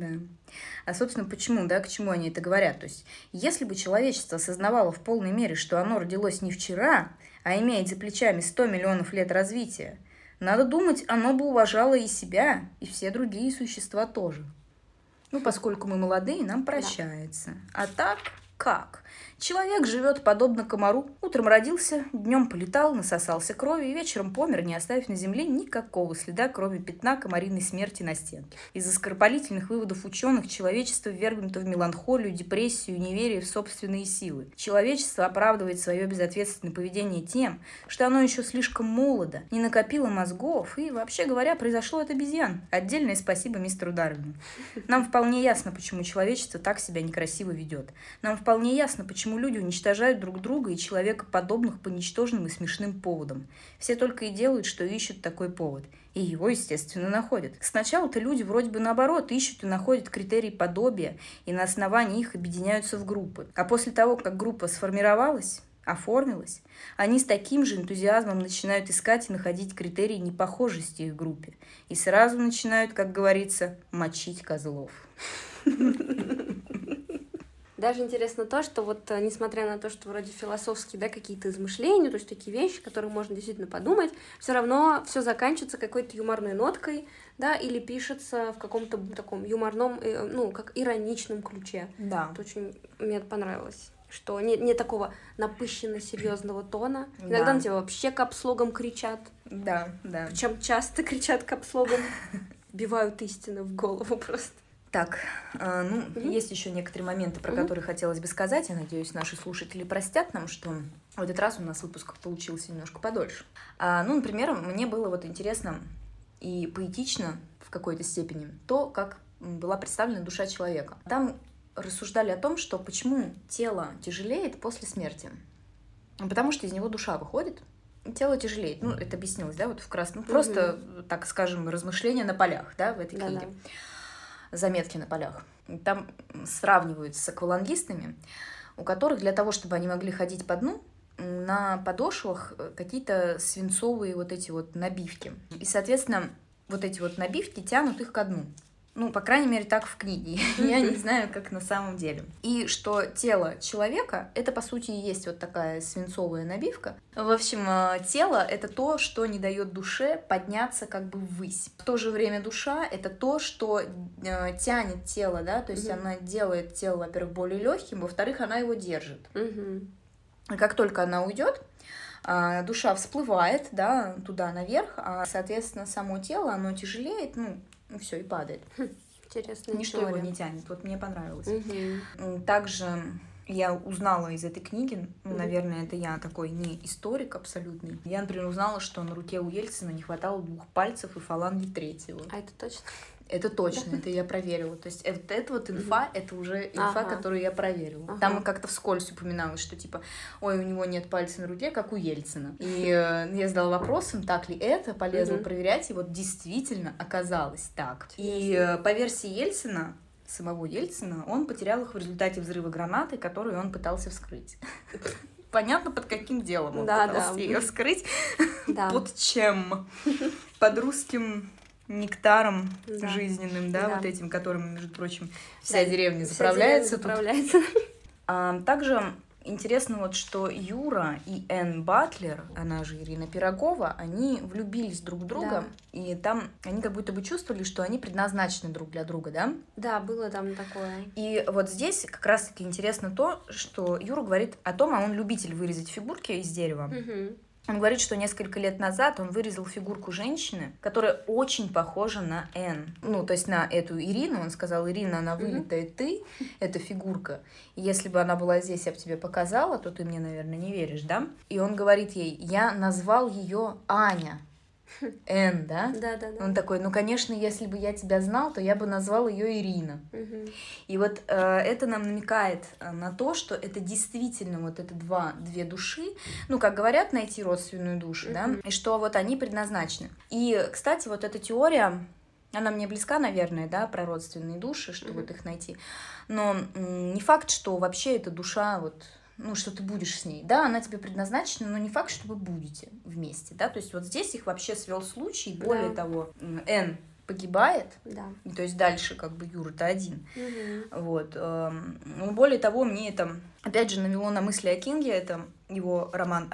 А, собственно, почему, да, к чему они это говорят? То есть, если бы человечество осознавало в полной мере, что оно родилось не вчера, а имеет за плечами 100 миллионов лет развития, надо думать, оно бы уважало и себя, и все другие существа тоже. Ну, поскольку мы молодые, нам прощается. А так... Как? Человек живет подобно комару. Утром родился, днем полетал, насосался крови и вечером помер, не оставив на земле никакого следа, кроме пятна комариной смерти на стенке. Из-за скоропалительных выводов ученых человечество ввергнуто в меланхолию, депрессию, неверие в собственные силы. Человечество оправдывает свое безответственное поведение тем, что оно еще слишком молодо, не накопило мозгов и, вообще говоря, произошло от обезьян. Отдельное спасибо мистеру Дарвину. Нам вполне ясно, почему человечество так себя некрасиво ведет. Нам вполне ясно, почему люди уничтожают друг друга и человека подобных по ничтожным и смешным поводам. Все только и делают, что ищут такой повод. И его, естественно, находят. Сначала-то люди вроде бы наоборот ищут и находят критерии подобия, и на основании их объединяются в группы. А после того, как группа сформировалась, оформилась, они с таким же энтузиазмом начинают искать и находить критерии непохожести их группе. И сразу начинают, как говорится, мочить козлов. Даже интересно то, что вот несмотря на то, что вроде философские, да, какие-то измышления, то есть такие вещи, которые можно действительно подумать, все равно все заканчивается какой-то юморной ноткой, да, или пишется в каком-то таком юморном, ну, как ироничном ключе. Да. Это очень мне понравилось. Что не такого напыщенно серьезного тона. Иногда на тебя вообще капслогом кричат. Да. Причем часто кричат капслогом. Бивают истину в голову просто. Так, есть еще некоторые моменты, про которые хотелось бы сказать. Я надеюсь, наши слушатели простят нам, что в этот раз у нас выпуск получился немножко подольше. Например, мне было вот интересно и поэтично в какой-то степени то, как была представлена душа человека. Там рассуждали о том, что почему тело тяжелеет после смерти. Потому что из него душа выходит, и тело тяжелеет. Ну, это объяснилось, да, вот вкратце. Просто, так скажем, размышления на полях, да, в этой книге. Заметки на полях. Там сравнивают с аквалангистами, у которых для того, чтобы они могли ходить по дну, на подошвах какие-то свинцовые вот эти вот набивки. И, соответственно, вот эти вот набивки тянут их ко дну. Ну, по крайней мере, так в книге. Я не знаю, как на самом деле. И что тело человека, это, по сути, и есть вот такая свинцовая набивка. В общем, тело — это то, что не дает душе подняться как бы ввысь. В то же время душа — это то, что тянет тело, да, то есть она делает тело, во-первых, более легким, во-вторых, она его держит. И как только она уйдет, душа всплывает, да, туда наверх, а, соответственно, само тело, оно тяжелеет, все, и падает. Интересная Ничто теория. его не тянет. Вот мне понравилось. Также я узнала из этой книги, наверное, это я такой не историк абсолютный. Я, например, узнала, что на руке у Ельцина не хватало 2 пальцев и фаланги 3-го. А это точно? Это точно, это я проверила. То есть это вот инфа, это уже инфа, которую я проверила. Там как-то вскользь упоминалось, что типа, ой, у него нет пальца на руке, как у Ельцина. И я задала вопросом, так ли это, полезла проверять, и вот действительно оказалось так. И по версии Ельцина, самого Ельцина, он потерял их в результате взрыва гранаты, которую он пытался вскрыть. Понятно, под каким делом он пытался ее вскрыть. Под чем? Под русским нектаром жизненным, вот этим, которым, между прочим, вся деревня заправляется. Также интересно вот, что Юра и Энн Батлер, она же Ирина Пирогова, они влюбились друг в друга, и там они как будто бы чувствовали, что они предназначены друг для друга, да? Да, было там такое. И вот здесь как раз-таки интересно то, что Юра говорит о том, а он любитель вырезать фигурки из дерева. Он говорит, что несколько лет назад он вырезал фигурку женщины, которая очень похожа на Энн. Ну, то есть на эту Ирину. Он сказал, Ирина, она вылитая ты, эта фигурка. И если бы она была здесь, я бы тебе показала, то ты мне, наверное, не веришь, да? И он говорит ей, я назвал ее Аня. Энн, да? Да. Он такой, ну, конечно, если бы я тебя знал, то я бы назвал ее Ирина. И вот это нам намекает на то, что это действительно вот это две души, ну, как говорят, найти родственную душу, да, и что вот они предназначены. И, кстати, вот эта теория, она мне близка, наверное, да, про родственные души, что вот их найти, но не факт, что вообще эта душа вот... ну, что ты будешь с ней. Да, она тебе предназначена, но не факт, что вы будете вместе, да, то есть вот здесь их вообще свел случай, более того, Энн погибает, то есть дальше как бы Юра-то один, вот, но более того, мне это, опять же, навело на мысли о Кинге, это его роман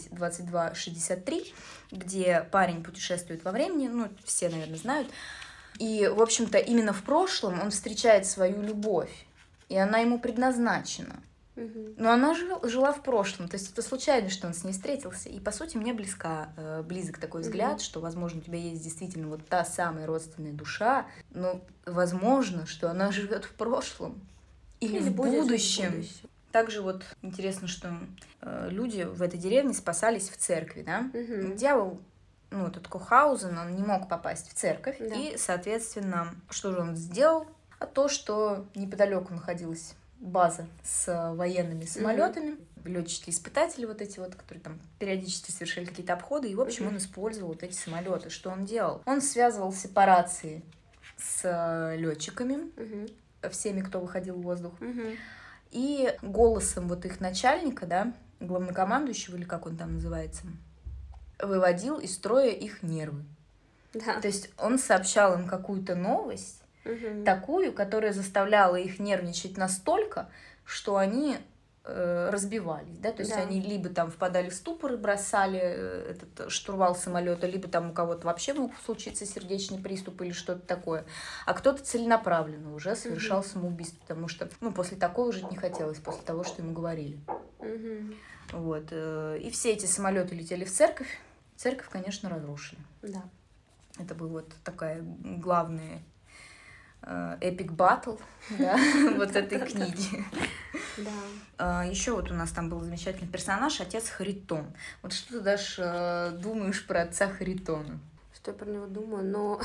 11-22-63, где парень путешествует во времени, ну, все, наверное, знают, и, в общем-то, именно в прошлом он встречает свою любовь, и она ему предназначена. Но она жила в прошлом, то есть это случайно, что он с ней встретился. И, по сути, мне близок такой взгляд, что, возможно, у тебя есть действительно вот та самая родственная душа, но возможно, что она живет в прошлом или в будущем. Также вот интересно, что люди в этой деревне спасались в церкви, да? Дьявол, ну, этот Кохаузен, он не мог попасть в церковь, и, соответственно, что же он сделал? А то, что неподалеку находилась база с военными самолетами, летчики-испытатели вот эти вот, которые там периодически совершали какие-то обходы, и, в общем, он использовал вот эти самолеты. Что он делал? Он связывался по рации с летчиками, всеми, кто выходил в воздух, и голосом вот их начальника, да, главнокомандующего, или как он там называется, выводил из строя их нервы. То есть он сообщал им какую-то новость, такую, которая заставляла их нервничать настолько, что они разбивались, да, то есть они либо там впадали в ступор и бросали этот штурвал самолета, либо там у кого-то вообще мог случиться сердечный приступ или что-то такое, а кто-то целенаправленно уже совершал самоубийство, потому что, ну, после такого жить не хотелось, после того, что ему говорили. Вот, и все эти самолеты летели в церковь, конечно, разрушили. Это был вот такая главная эпик баттл, да, вот этой книги. Еще вот у нас там был замечательный персонаж, отец Харитон. Вот что ты, Даш, думаешь про отца Харитона? Что я про него думаю? Но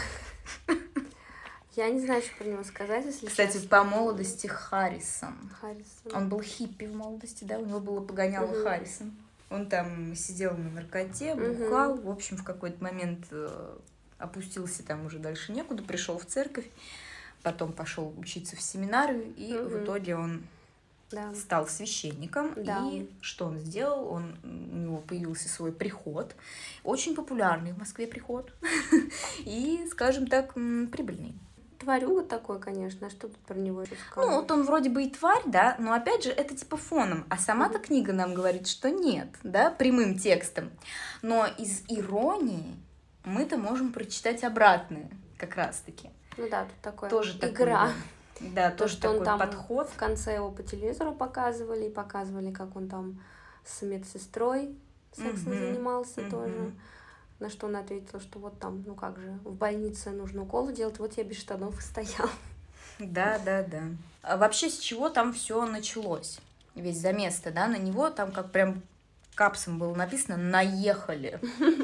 я не знаю, что про него сказать, если Кстати, честно. по молодости Харрисон. Он был хиппи в молодости, да, у него было погоняло Харрисон. Он там сидел на наркоте, бухал, в общем, в какой-то момент опустился там уже дальше некуда, пришел в церковь, потом пошел учиться в семинарию, и в итоге он стал священником. И что он сделал? У него появился свой приход, очень популярный в Москве приход, и, скажем так, прибыльный. Тварюга такой, конечно, а что тут про него еще сказать? Ну, вот он вроде бы и тварь, да, но, опять же, это типа фоном, а сама-то книга нам говорит, что нет, да, прямым текстом. Но из иронии мы-то можем прочитать обратное, как раз-таки. Ну да, тут такое тоже игра. Да, тоже такой там подход. В конце его по телевизору показывали, как он там с медсестрой сексом занимался тоже. На что он ответил, что вот там, ну как же, в больнице нужно уколы делать, вот я без штанов и стоял. Да. А вообще, с чего там все началось? весь за место, да, на него там как прям капсом было написано «наехали».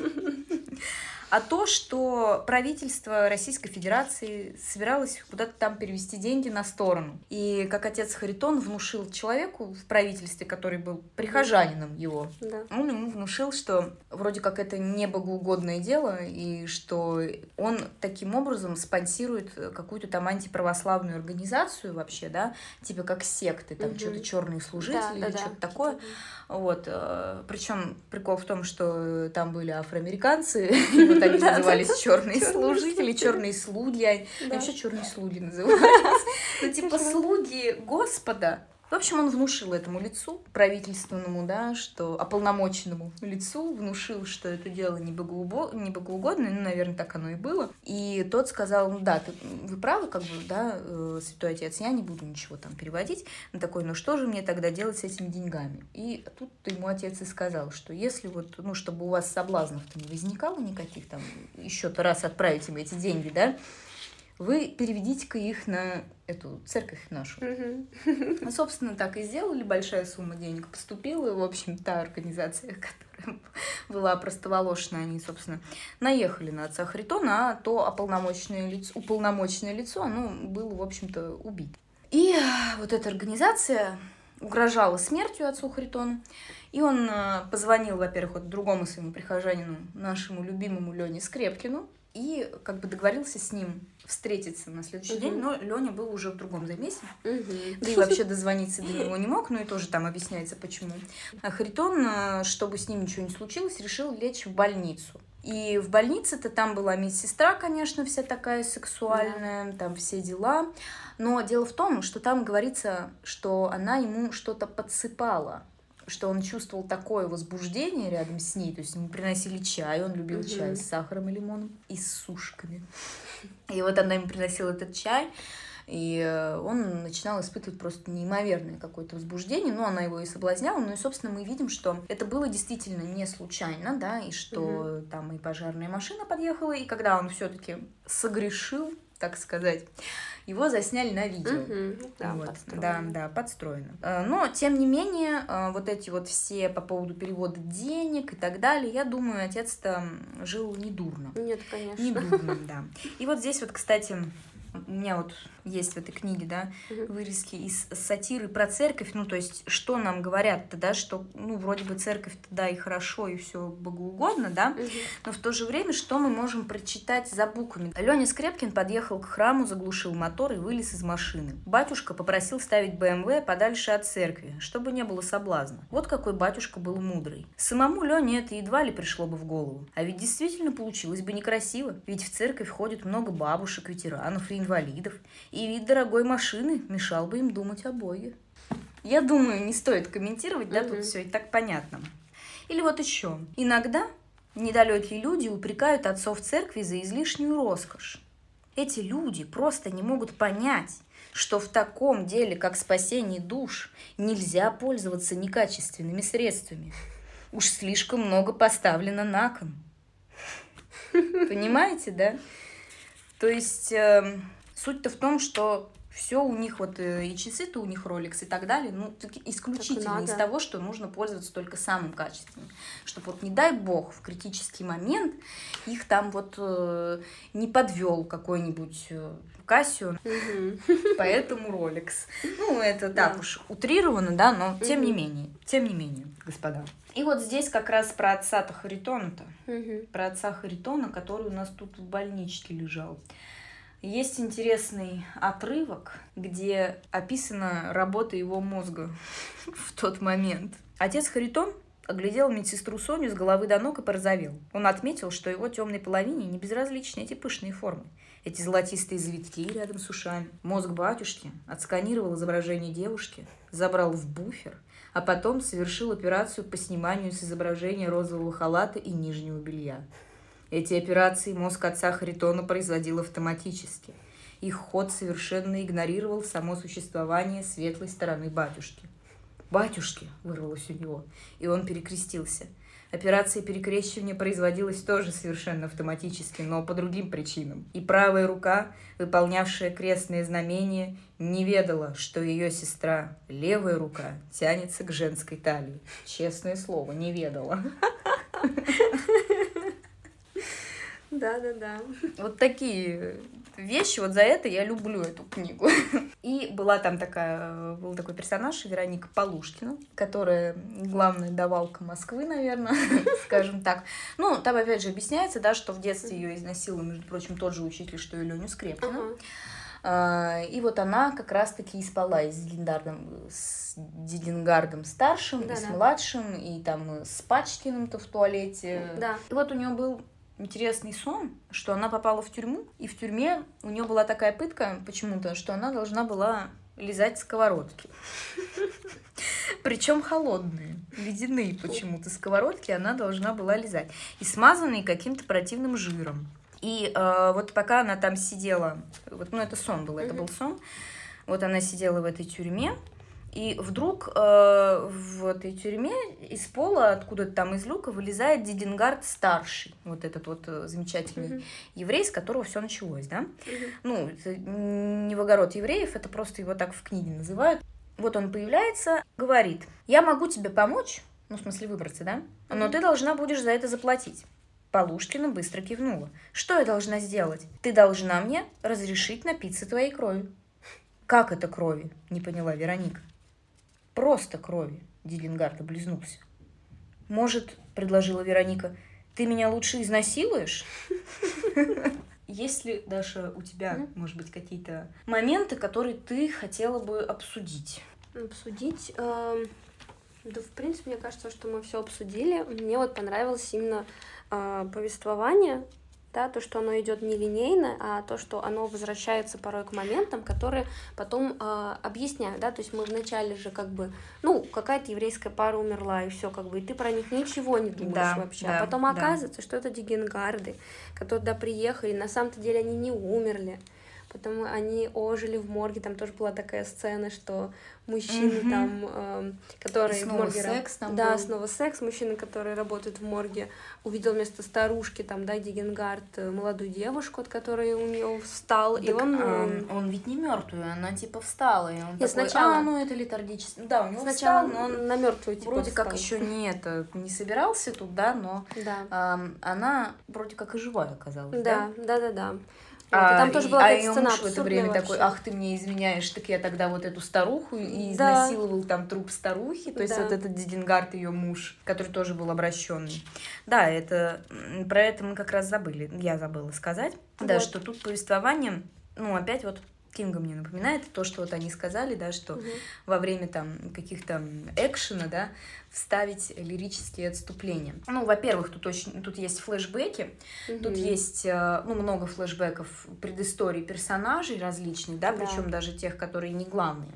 А то, что правительство Российской Федерации собиралось куда-то там перевести деньги на сторону. И как отец Харитон внушил человеку в правительстве, который был прихожанином его, он ему внушил, что вроде как это не богоугодное дело, и что он таким образом спонсирует какую-то там антиправославную организацию вообще, да, типа как секты, там что-то черные служители или что-то такое. Вот. Причем прикол в том, что там были афроамериканцы, и вот они назывались черные служители, черные слуги. Они вообще черные слуги назывались. Ну, типа слуги Господа. В общем, он внушил этому лицу, правительственному, да, что ополномоченному лицу, внушил, что это дело не богоугодное, ну, наверное, так оно и было. И тот сказал, ну да, вы правы, как бы, да, святой отец, я не буду ничего там переводить. Он такой, ну что же мне тогда делать с этими деньгами? И тут ему отец и сказал, что если вот, ну, чтобы у вас соблазнов-то не возникало никаких там, еще-то раз отправить им эти деньги, да, вы переведите-ка их на эту церковь нашу. Ну, собственно, так и сделали. Большая сумма денег поступила. В общем, та организация, которая была простоволошная, они, собственно, наехали на отца Харитона, а то уполномоченное лицо, оно было, в общем-то, убито. И вот эта организация угрожала смертью отцу Харитону. И он позвонил, во-первых, вот другому своему прихожанину, нашему любимому Лене Скрепкину, и как бы договорился с ним встретиться на следующий день, но Леня был уже в другом замесе, да и вообще дозвониться до него не мог, ну и тоже там объясняется почему. А Харитон, чтобы с ним ничего не случилось, решил лечь в больницу. И в больнице-то там была медсестра, конечно, вся такая сексуальная, там все дела. Но дело в том, что там говорится, что она ему что-то подсыпала, что он чувствовал такое возбуждение рядом с ней, то есть ему приносили чай, он любил чай с сахаром и лимоном, и с сушками. И вот она ему приносила этот чай, и он начинал испытывать просто неимоверное какое-то возбуждение, но она его и соблазняла, ну и, собственно, мы видим, что это было действительно не случайно, да, и что там и пожарная машина подъехала, и когда он все-таки согрешил, так сказать, его засняли на видео. Да, вот. подстроено. Да, подстроено. Но, тем не менее, вот эти вот все по поводу перевода денег и так далее, я думаю, отец-то жил недурно. Нет, конечно. Недурно, да. И вот здесь вот, кстати, у меня вот есть в этой книге, да, вырезки из сатиры про церковь, ну, то есть, что нам говорят-то, да, что, ну, вроде бы церковь-то, да, и хорошо, и все богоугодно, да, но в то же время, что мы можем прочитать за буквами? Леня Скрепкин подъехал к храму, заглушил мотор и вылез из машины. Батюшка попросил ставить БМВ подальше от церкви, чтобы не было соблазна. Вот какой батюшка был мудрый. Самому Лене это едва ли пришло бы в голову. А ведь действительно получилось бы некрасиво, ведь в церковь ходит много бабушек, ветеранов и инвалидов, и вид дорогой машины мешал бы им думать о Боге. Я думаю, не стоит комментировать, да, тут все и так понятно. Или вот еще. Иногда недалекие люди упрекают отцов церкви за излишнюю роскошь. Эти люди просто не могут понять, что в таком деле, как спасение душ, нельзя пользоваться некачественными средствами. Уж слишком много поставлено на кон. Понимаете, да? То есть суть-то в том, что все у них, вот и часы-то у них Rolex и так далее, ну, исключительно из того, что нужно пользоваться только самым качественным. Чтобы вот, не дай бог, в критический момент их там вот не подвел какой-нибудь Casio, поэтому Rolex. Ну, это так уж утрировано, да, но тем не менее, господа. И вот здесь как раз про отца-то Харитона-то, про отца Харитона, который у нас тут в больничке лежал. Есть интересный отрывок, где описана работа его мозга в тот момент. Отец Харитон оглядел медсестру Соню с головы до ног и порозовел. Он отметил, что его темной половине не безразличны эти пышные формы, эти золотистые завитки рядом с ушами. Мозг батюшки отсканировал изображение девушки, забрал в буфер, а потом совершил операцию по сниманию с изображения розового халата и нижнего белья. Эти операции мозг отца Харитона производил автоматически. Их ход совершенно игнорировал само существование светлой стороны батюшки. «Батюшки!» — вырвалось у него, и он перекрестился. Операция перекрещивания производилась тоже совершенно автоматически, но по другим причинам. И правая рука, выполнявшая крестное знамение, не ведала, что ее сестра, левая рука, тянется к женской талии. Честное слово, не ведала. Да. Вот такие вещи, вот за это я люблю эту книгу. И был такой персонаж, Вероника Полушкина, которая главная давалка Москвы, наверное, скажем так. Ну, там опять же объясняется, да, что в детстве ее изнасиловал, между прочим, тот же учитель, что и Леню Скрепкина. И вот она как раз-таки и спала и с Дидингардом старшим, и с младшим, и там с Пачкиным-то в туалете. Да. И вот у нее был интересный сон, что она попала в тюрьму, и в тюрьме у нее была такая пытка почему-то, что она должна была лизать сковородки. Причем холодные, ледяные почему-то сковородки она должна была лизать. И смазанные каким-то противным жиром. И вот пока она там сидела, это сон был, это был сон, вот она сидела в этой тюрьме, и вдруг в этой тюрьме из пола, откуда-то там из люка, вылезает Дидингард старший, вот этот вот замечательный еврей, с которого все началось, да? Ну, это не в огород евреев, это просто его так в книге называют. Вот он появляется, говорит: я могу тебе помочь, ну, в смысле выбраться, да? Но ты должна будешь за это заплатить. Полушкина быстро кивнула. Что я должна сделать? Ты должна мне разрешить напиться твоей кровью. Как это крови? Не поняла Вероника. Просто крови. Дидингард облизнулся. Может, предложила Вероника, ты меня лучше изнасилуешь? Есть ли, Даша, у тебя, может быть, какие-то моменты, которые ты хотела бы обсудить? Обсудить? Да, в принципе, мне кажется, что мы все обсудили. Мне вот понравилось именно повествование, да, то, что оно идет не линейно, а то, что оно возвращается порой к моментам, которые потом объясняют, да, то есть мы вначале же как бы, ну, какая-то еврейская пара умерла, и все, как бы, и ты про них ничего не думаешь вообще, а потом оказывается, что это Дидингарды, которые туда приехали, на самом-то деле они не умерли, потом они ожили в морге, там тоже была такая сцена, что мужчины там, которые снова в морге... секс там да, был. снова секс. Мужчина, который работает в морге, увидел вместо старушки, там, да, Дидингард, молодую девушку, от которой у нее встал, так, и он ведь не мертвый, она типа встала, и он такой, сначала... ну это летаргический. Да, у него сначала встал, но он на мертвую типа вроде встал. как еще не собирался тут, да, но она вроде как и живая оказалась, да? Да. Там тоже была ее сцена муж в это время вообще. такой: ах, ты мне изменяешь, так я тогда вот эту старуху и изнасиловал там труп старухи, то есть вот этот Дидингард, ее муж, который тоже был обращенный. Да, про это мы как раз забыли, я забыла сказать, да, что тут повествование, ну опять вот Кинга мне напоминает то, что вот они сказали, да, что во время там каких-то экшена, да, вставить лирические отступления. Ну, во-первых, тут есть флешбеки, тут есть много флешбеков предыстории персонажей различных, да, причем даже тех, которые не главные.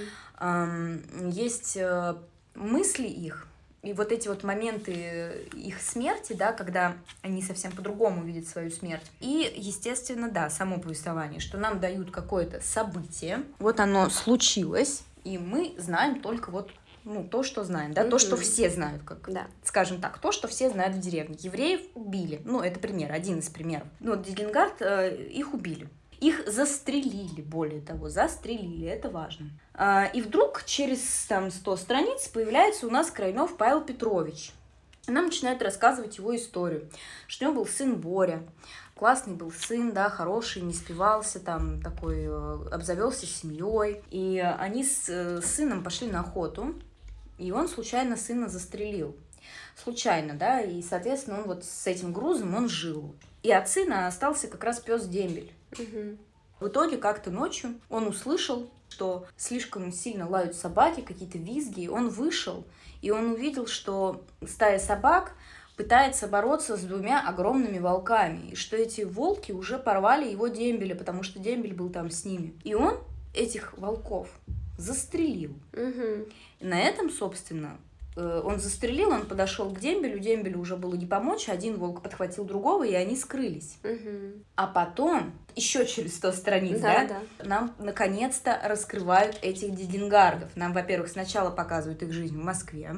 Есть мысли их. И вот эти вот моменты их смерти, да, когда они совсем по-другому видят свою смерть. И, естественно, да, само повествование, что нам дают какое-то событие, вот оно случилось, и мы знаем только вот, ну, то, что знаем, да, то, что все знают, скажем так, то, что все знают в деревне. Евреев убили, ну, это пример, один из примеров. Ну, вот Дидингард, их убили. Их застрелили, более того, это важно. И вдруг через там 100 страниц появляется у нас Крайнов Павел Петрович. Нам начинает рассказывать его историю, что у него был сын Боря, классный был сын, да, хороший, не спивался, там такой, обзавелся семьей. И они с сыном пошли на охоту, и он случайно сына застрелил. Случайно, да, и, соответственно, он вот с этим грузом он жил. И от сына остался как раз пес Дембель. В итоге как-то ночью он услышал, что слишком сильно лают собаки, какие-то визги. Он вышел, и он увидел, что стая собак пытается бороться с 2 огромными волками, и что эти волки уже порвали его Дембеля, потому что Дембель был там с ними. И он этих волков застрелил. И на этом, собственно, он застрелил, он подошел к дембелю уже было не помочь, один волк подхватил другого, и они скрылись. А потом, еще через 100 страниц, нам наконец-то раскрывают этих дидингардов. Нам, во-первых, сначала показывают их жизнь в Москве,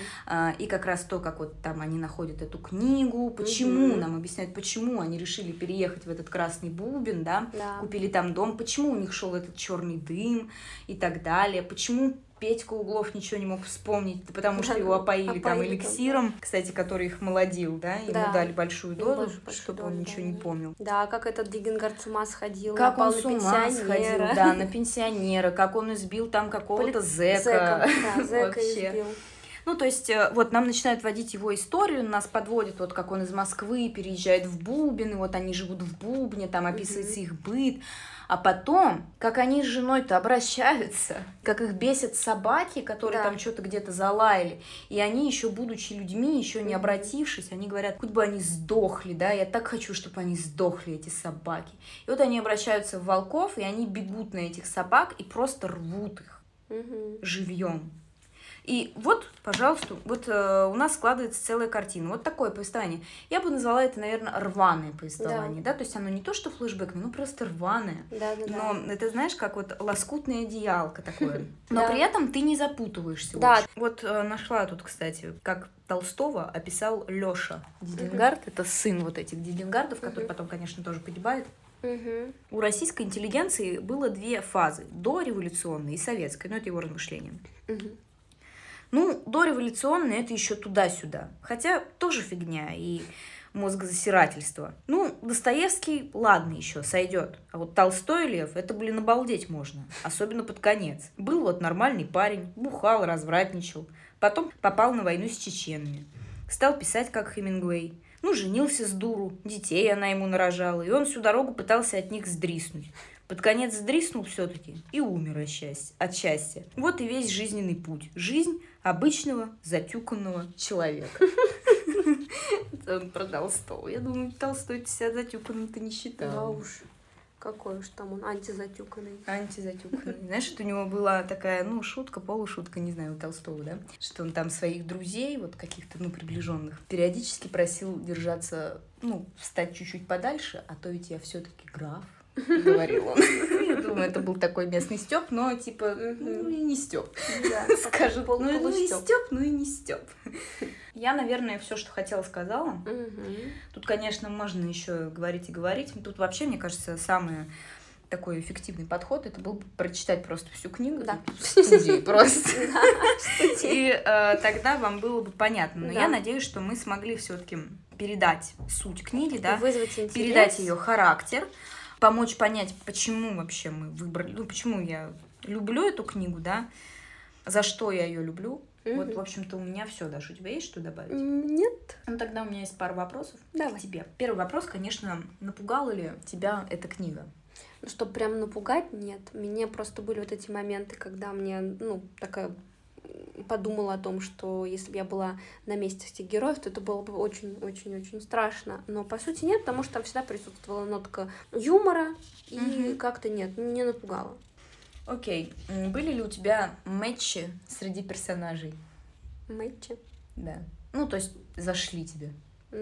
и как раз то, как вот там они находят эту книгу, почему, нам объясняют, почему они решили переехать в этот Красный Бубен, купили там дом, почему у них шел этот черный дым и так далее, почему Петька Углов ничего не мог вспомнить, потому что его опоили там эликсиром, кстати, который их молодил, ему дали большую дозу, чтобы он ничего не помнил. Да, как этот Дигенгард с ума сходил, как напал он с ума сходил, на пенсионера, как он избил там какого-то зэка. Зэка избил. Ну, то есть, вот нам начинают вводить его историю, нас подводят, вот как он из Москвы переезжает в Бубен, и вот они живут в Бубне, там описывается их быт. А потом, как они с женой-то обращаются, как их бесят собаки, которые там что-то где-то залаяли, и они еще, будучи людьми, еще не обратившись, они говорят, хоть бы они сдохли, я так хочу, чтобы они сдохли, эти собаки. И вот они обращаются в волков, и они бегут на этих собак и просто рвут их живьем. И вот, пожалуйста, вот у нас складывается целая картина. Вот такое повествование. Я бы назвала это, наверное, рваное повествование, то есть оно не то, что флешбэками, просто рваное. Но это, знаешь, как вот лоскутное одеялко такое. Но при этом ты не запутываешься. Вот нашла тут, кстати, как Толстого описал Лёша Дидингард. Это сын вот этих Дидингардов, который потом, конечно, тоже погибает. У российской интеллигенции было две фазы: дореволюционная и советская. Но это его размышления. Дореволюционная — это еще туда-сюда. Хотя тоже фигня и мозгозасирательство. Достоевский, ладно, еще сойдет. А вот Толстой Лев, это, обалдеть можно. Особенно под конец. Был вот нормальный парень, бухал, развратничал. Потом попал на войну с чеченами. Стал писать, как Хемингуэй. Женился с дуру, детей она ему нарожала, и он всю дорогу пытался от них сдриснуть. Под конец сдриснул все-таки и умер от счастья. Вот и весь жизненный путь. Жизнь обычного затюканного человека. Это он про Толстого. Я думаю, Толстой себя затюканным-то не считал. Да уж. Какой уж там он антизатюканный. Антизатюканный. Знаешь, что у него была такая, шутка, полушутка, не знаю, у Толстого, что он там своих друзей, вот каких-то, приближенных, периодически просил держаться, встать чуть-чуть подальше, а то ведь я все-таки граф. Говорил он. Я думаю, это был такой местный стёб, но и не стёб. Скажут, и стёб, и не стёб. Я, наверное, все, что хотела, сказала. Тут, конечно, можно еще говорить и говорить. Тут вообще, мне кажется, самый такой эффективный подход — это был бы прочитать просто всю книгу в студии просто. И тогда вам было бы понятно. Но я надеюсь, что мы смогли все-таки передать суть книги, передать ее характер, помочь понять, почему вообще мы выбрали, почему я люблю эту книгу, за что я ее люблю. Вот, в общем-то, у меня все. Даша, у тебя есть что добавить? Нет. Тогда у меня есть пару вопросов к тебе. Первый вопрос, конечно, напугала ли тебя эта книга? Чтобы прям напугать, нет. Мне просто были вот эти моменты, когда мне, такая подумала о том, что если бы я была на месте этих героев, то это было бы очень-очень-очень страшно. Но по сути нет, потому что там всегда присутствовала нотка юмора, и как-то нет, не напугало. Окей. Были ли у тебя мэтчи среди персонажей? Мэтчи? Да. То есть зашли тебе?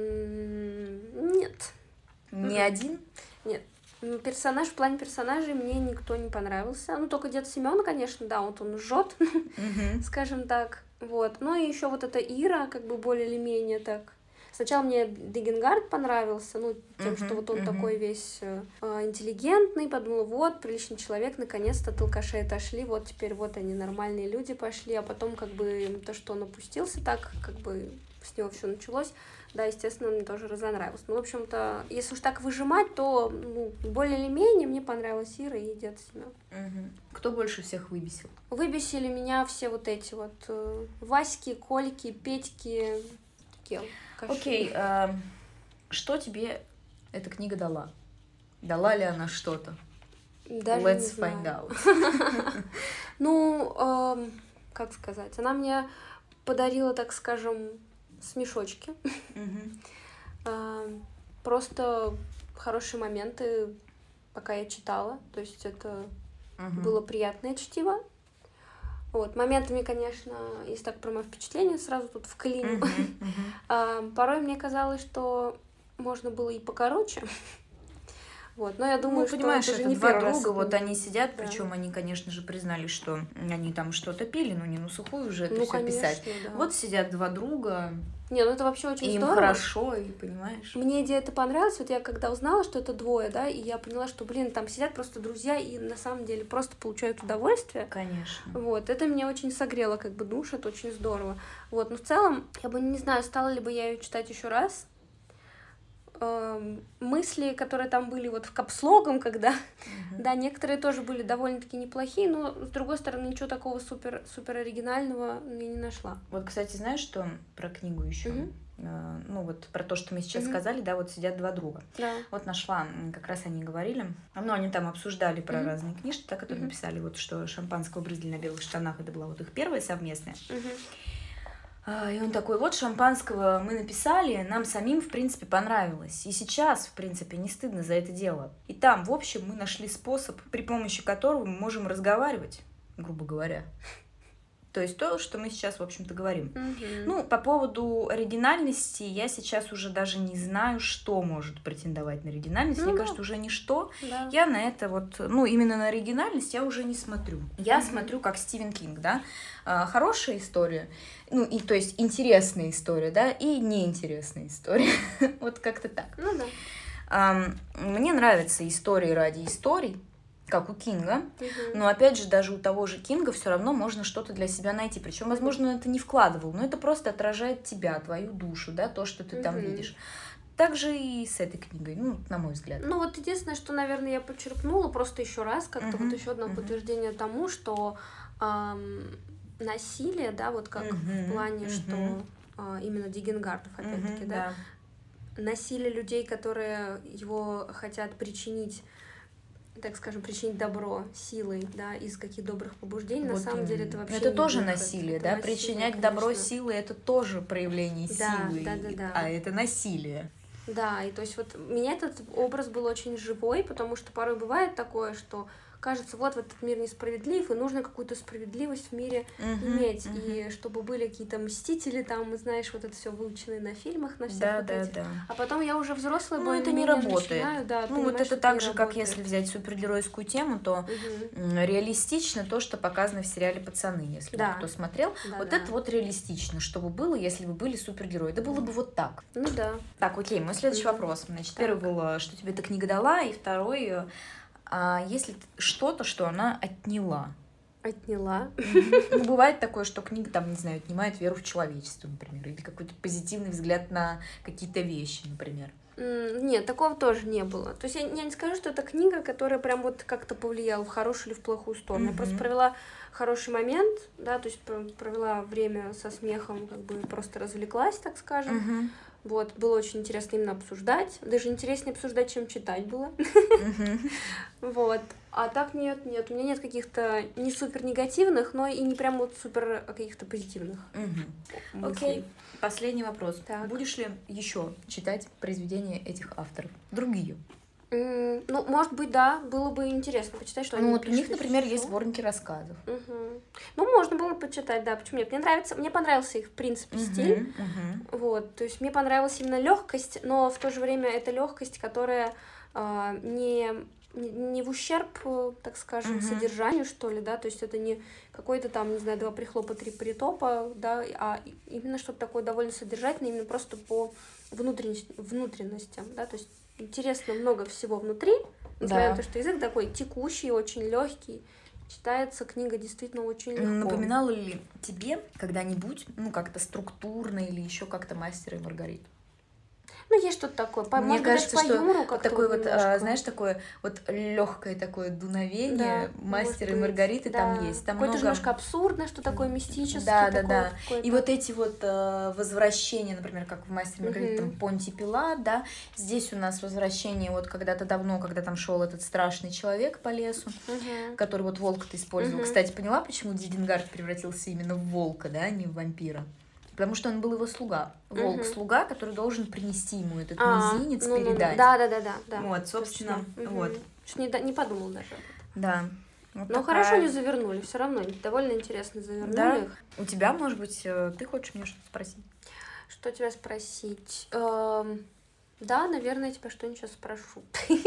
Нет. Ни один? Нет. В плане персонажей мне никто не понравился. Только Дед Семён, конечно, вот он жжет, скажем так. Вот. И еще вот эта Ира, более или менее так. Сначала мне Дигенгард понравился, тем, что вот он такой весь интеллигентный, подумала, приличный человек, наконец-то от алкашей отошли, теперь они нормальные люди пошли, а потом то, что он опустился так, с него все началось, естественно, мне тоже разонравилось. В общем-то, если уж так выжимать, то более или менее мне понравилась Ира и Дед Семён. Кто больше всех выбесил? Выбесили меня все эти Васьки, Кольки, Петьки, Кел. Окей, что тебе эта книга дала? Дала ли она что-то? Даже Let's find out. Как сказать? Она мне подарила, так скажем, смешочки. Просто хорошие моменты, пока я читала. То есть это было приятное чтиво. Вот, моментами, конечно, если так про моё впечатление, сразу тут вклиню. Порой мне казалось, что можно было и покороче. Вот, но я думаю, что понимаешь, это же это не два первый раз. друга, вот они сидят, Да. причем они, конечно же, признали, что они там что-то пили, но не на сухую уже это Ну, все конечно, писать. да. Вот сидят два друга, Не, ну это вообще очень и им здорово. хорошо, и понимаешь. Мне идея это понравилась, вот я когда узнала, что это двое, да, и я поняла, что, блин, там сидят просто друзья и на самом деле просто получают удовольствие. Конечно. Вот, это меня очень согрело, как бы, душ, это очень здорово. Вот, но в целом, я бы не знаю, стала ли бы я ее читать еще раз. Мысли, которые там были вот в капслогом, когда, да, некоторые тоже были довольно-таки неплохие, но, с другой стороны, ничего такого супер оригинального я не нашла. Вот, кстати, знаешь, что про книгу еще? Ну, вот про то, что мы сейчас сказали, да, вот сидят два друга. Да. Вот нашла, как раз они говорили, ну, они там обсуждали про разные книжки, да, которые написали, вот, что «Шампанского брызгали на белых штанах», это была вот их первая совместная. И он такой, вот «Шампанского» мы написали, нам самим, в принципе, понравилось. И сейчас, в принципе, не стыдно за это дело. И там, в общем, мы нашли способ, при помощи которого мы можем разговаривать, грубо говоря. То есть то, что мы сейчас, в общем-то, говорим. Ну, по поводу оригинальности я сейчас уже даже не знаю, что может претендовать на оригинальность. Мне кажется, уже ничто. Да. Я на это вот, ну, именно на оригинальность я уже не смотрю. Я смотрю, как Стивен Кинг, да. Хорошая история, ну, и то есть интересная история, да, и неинтересная история. Вот как-то так. Ну да. Мне нравятся истории ради историй, как у Кинга, но опять же даже у того же Кинга все равно можно что-то для себя найти, причем, возможно, он это не вкладывал, но это просто отражает тебя, твою душу, да, то, что ты там видишь. Так же и с этой книгой, ну, на мой взгляд. Ну, вот единственное, что, наверное, я подчеркнула просто еще раз, как-то вот еще одно подтверждение тому, что насилие, да, вот как в плане, что именно Диггенгардов, опять-таки, да, насилие людей, которые его хотят причинить, так скажем, причинить добро силой, да, из каких добрых побуждений, вот на самом деле это вообще это не тоже выход. насилие, это да, насилие, причинять конечно. добро силой, это тоже проявление силы, да. а это насилие. Да, и то есть вот меня этот образ был очень живой, потому что порой бывает такое, что кажется, вот этот мир несправедлив, и нужно какую-то справедливость в мире иметь, и чтобы были какие-то мстители, там, знаешь, вот это все выученное на фильмах, на всех вот этих. Да. А потом я уже взрослая, ну, это не работает. Начинаю, да, ну, вот это так же, как если взять супергеройскую тему, то реалистично то, что показано в сериале «Пацаны», если вот кто смотрел. Вот это вот реалистично, чтобы было, если бы были супергерои. Да было бы вот так. Ну да. Так, окей, мой следующий вопрос. Значит, первый был, что тебе эта книга дала, и второй... если что-то, что она отняла. Отняла? Ну, бывает такое, что книга, там, не знаю, отнимает веру в человечество, например, или какой-то позитивный взгляд на какие-то вещи, например. Нет, такого тоже не было. То есть я не скажу, что это книга, которая прям вот как-то повлияла в хорошую или в плохую сторону. Я просто провела хороший момент, да, то есть провела время со смехом, как бы просто развлеклась, так скажем. Вот, было очень интересно именно обсуждать. Даже интереснее обсуждать, чем читать было. Вот. А так нет. У меня нет каких-то не супер негативных, но и не прям вот супер каких-то позитивных. Окей. Последний вопрос. Будешь ли еще читать произведения этих авторов? Другие? Ну, может быть, да, было бы интересно почитать, что они вот у них, пишут, например, есть сборники рассказов. Ну, можно было почитать, да, почему нет? Мне понравился их, в принципе, стиль. Вот, то есть мне понравилась именно легкость, но в то же время это легкость, которая не в ущерб, так скажем, содержанию, что ли, да, то есть это не какой-то там, не знаю, 2 прихлопа, 3 притопа, да, а именно что-то такое довольно содержательное, именно просто по внутренностям, да, то есть интересно много всего внутри, несмотря на то, что язык такой текущий, очень легкий, читается книга действительно очень легко. Напоминала ли тебе когда-нибудь, ну, как-то структурно или еще как-то «Мастера и Маргариту»? Ну, есть что-то такое. Мне кажется, по юмору что такое вот, знаешь, такое вот легкое такое дуновение «Мастера и Маргариты» там есть. Там какое-то много... немножко абсурдное, что такое мистическое. Да. И вот эти вот возвращения, например, как в «Мастере и Маргарите», там Понтий Пилат, да, здесь у нас возвращение вот когда-то давно, когда там шел этот страшный человек по лесу, который вот волка-то использовал. Кстати, поняла, почему Диггенгард превратился именно в волка, да, а не в вампира? Потому что он был его слуга. Волк-слуга, который должен принести ему этот мизинец, передать. Да. Вот, собственно, вот. Не подумал даже. Да. Вот Ну, такая... хорошо не завернули, все равно довольно интересно завернули Да. их. У тебя, может быть, ты хочешь меня что-то спросить? Что тебя спросить? Да, наверное, я тебя что-нибудь сейчас спрошу.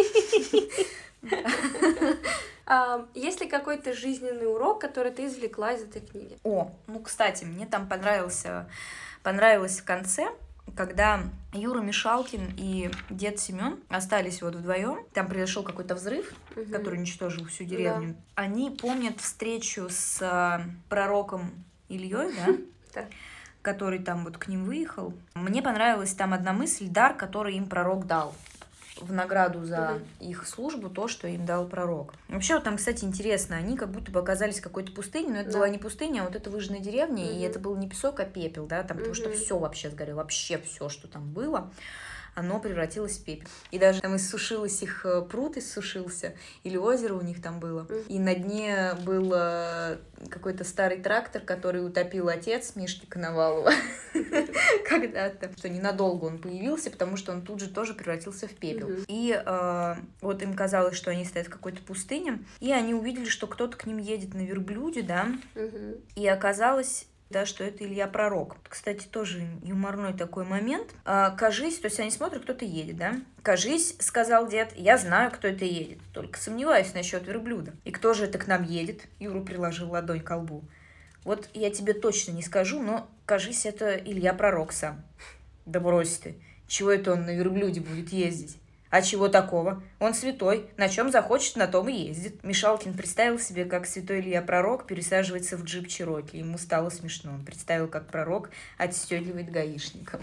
Есть ли какой-то жизненный урок, который ты извлекла из этой книги? Кстати, мне там понравилось в конце, когда Юра Мишалкин и дед Семен остались вот вдвоем. Там произошел какой-то взрыв, который уничтожил всю деревню. Да. Они помнят встречу с пророком Ильей, да? Да. Который там вот к ним выехал. Мне понравилась там одна мысль, дар, который им пророк дал. В награду за их службу то, что им дал пророк. Вообще, вот там, кстати, интересно, они как будто бы оказались в какой-то пустыне, но это была не пустыня, а вот эта выжженная деревня, и это был не песок, а пепел, да, там, потому что все вообще сгорело, вообще все, что там было, оно превратилось в пепел. И даже там иссушилось их пруд, иссушился, или озеро у них там было. И на дне был какой-то старый трактор, который утопил отец Мишки Коновалова когда-то. Что ненадолго он появился, потому что он тут же тоже превратился в пепел. И вот им казалось, что они стоят в какой-то пустыне, и они увидели, что кто-то к ним едет на верблюде, да, и оказалось... да, что это Илья Пророк. Кстати, тоже юморной такой момент. Кажись, то есть они смотрят, кто-то едет, да? Кажись, сказал дед, я знаю, кто это едет, только сомневаюсь насчет верблюда. И кто же это к нам едет? Юра приложил ладонь к колбу. Вот я тебе точно не скажу, но кажись, это Илья Пророк сам. Да брось ты, чего это он на верблюде будет ездить? А чего такого? Он святой, на чем захочет, на том и ездит. Мишалкин представил себе, как святой Илья Пророк пересаживается в джип Чероки. Ему стало смешно. Он представил, как пророк отстегивает гаишникам.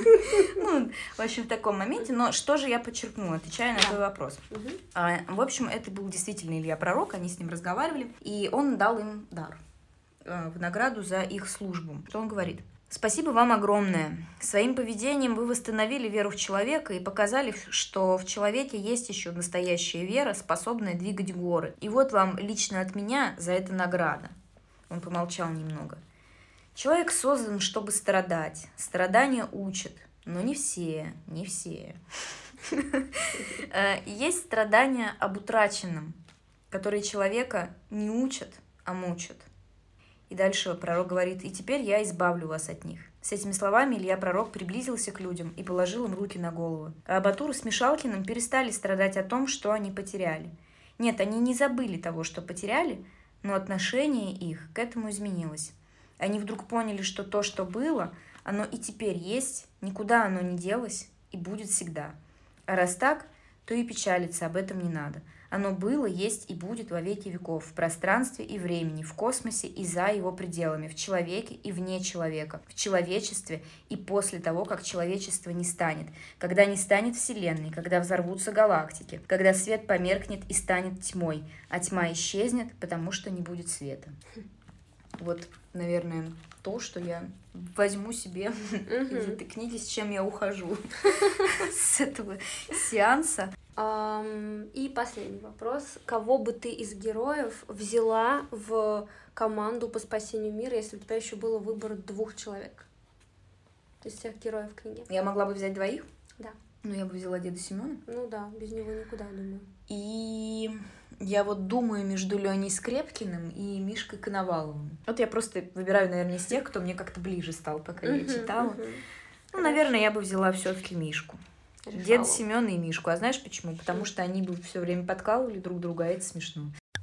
В общем, в таком моменте. Но что же я подчеркнула, отвечая на твой вопрос? В общем, это был действительно Илья Пророк, они с ним разговаривали, и он дал им дар в награду за их службу. Что он говорит? Спасибо вам огромное. Своим поведением вы восстановили веру в человека и показали, что в человеке есть еще настоящая вера, способная двигать горы. И вот вам лично от меня за это награда. Он помолчал немного. Человек создан, чтобы страдать. Страдания учат, но не все, не все. Есть страдания об утраченном, которые человека не учат, а мучат. И дальше пророк говорит, и теперь я избавлю вас от них. С этими словами Илья Пророк приблизился к людям и положил им руки на голову. А Батур с Мишалкиным перестали страдать о том, что они потеряли. Нет, они не забыли того, что потеряли, но отношение их к этому изменилось. Они вдруг поняли, что то, что было, оно и теперь есть, никуда оно не делось и будет всегда. А раз так, то и печалиться об этом не надо. Оно было, есть и будет во веки веков, в пространстве и времени, в космосе и за его пределами, в человеке и вне человека, в человечестве и после того, как человечество не станет, когда не станет Вселенной, когда взорвутся галактики, когда свет померкнет и станет тьмой, а тьма исчезнет, потому что не будет света. Вот, наверное, то, что я возьму себе из этой книги, с чем я ухожу с этого сеанса. И последний вопрос. Кого бы ты из героев взяла в команду по спасению мира, если у тебя еще было выбор 2 человек? Из всех героев книги. Я могла бы взять 2? Да. Ну, я бы взяла деда Семена. Ну да, без него никуда, думаю. И я вот думаю между Леней Скрепкиным и Мишкой Коноваловым. Вот я просто выбираю, наверное, из тех, кто мне как-то ближе стал, пока я читала. Ну, наверное, я бы взяла все-таки Мишку. Дед Семена и Мишку. А знаешь почему? Потому что они бы все время подкалывали друг друга, а это смешно.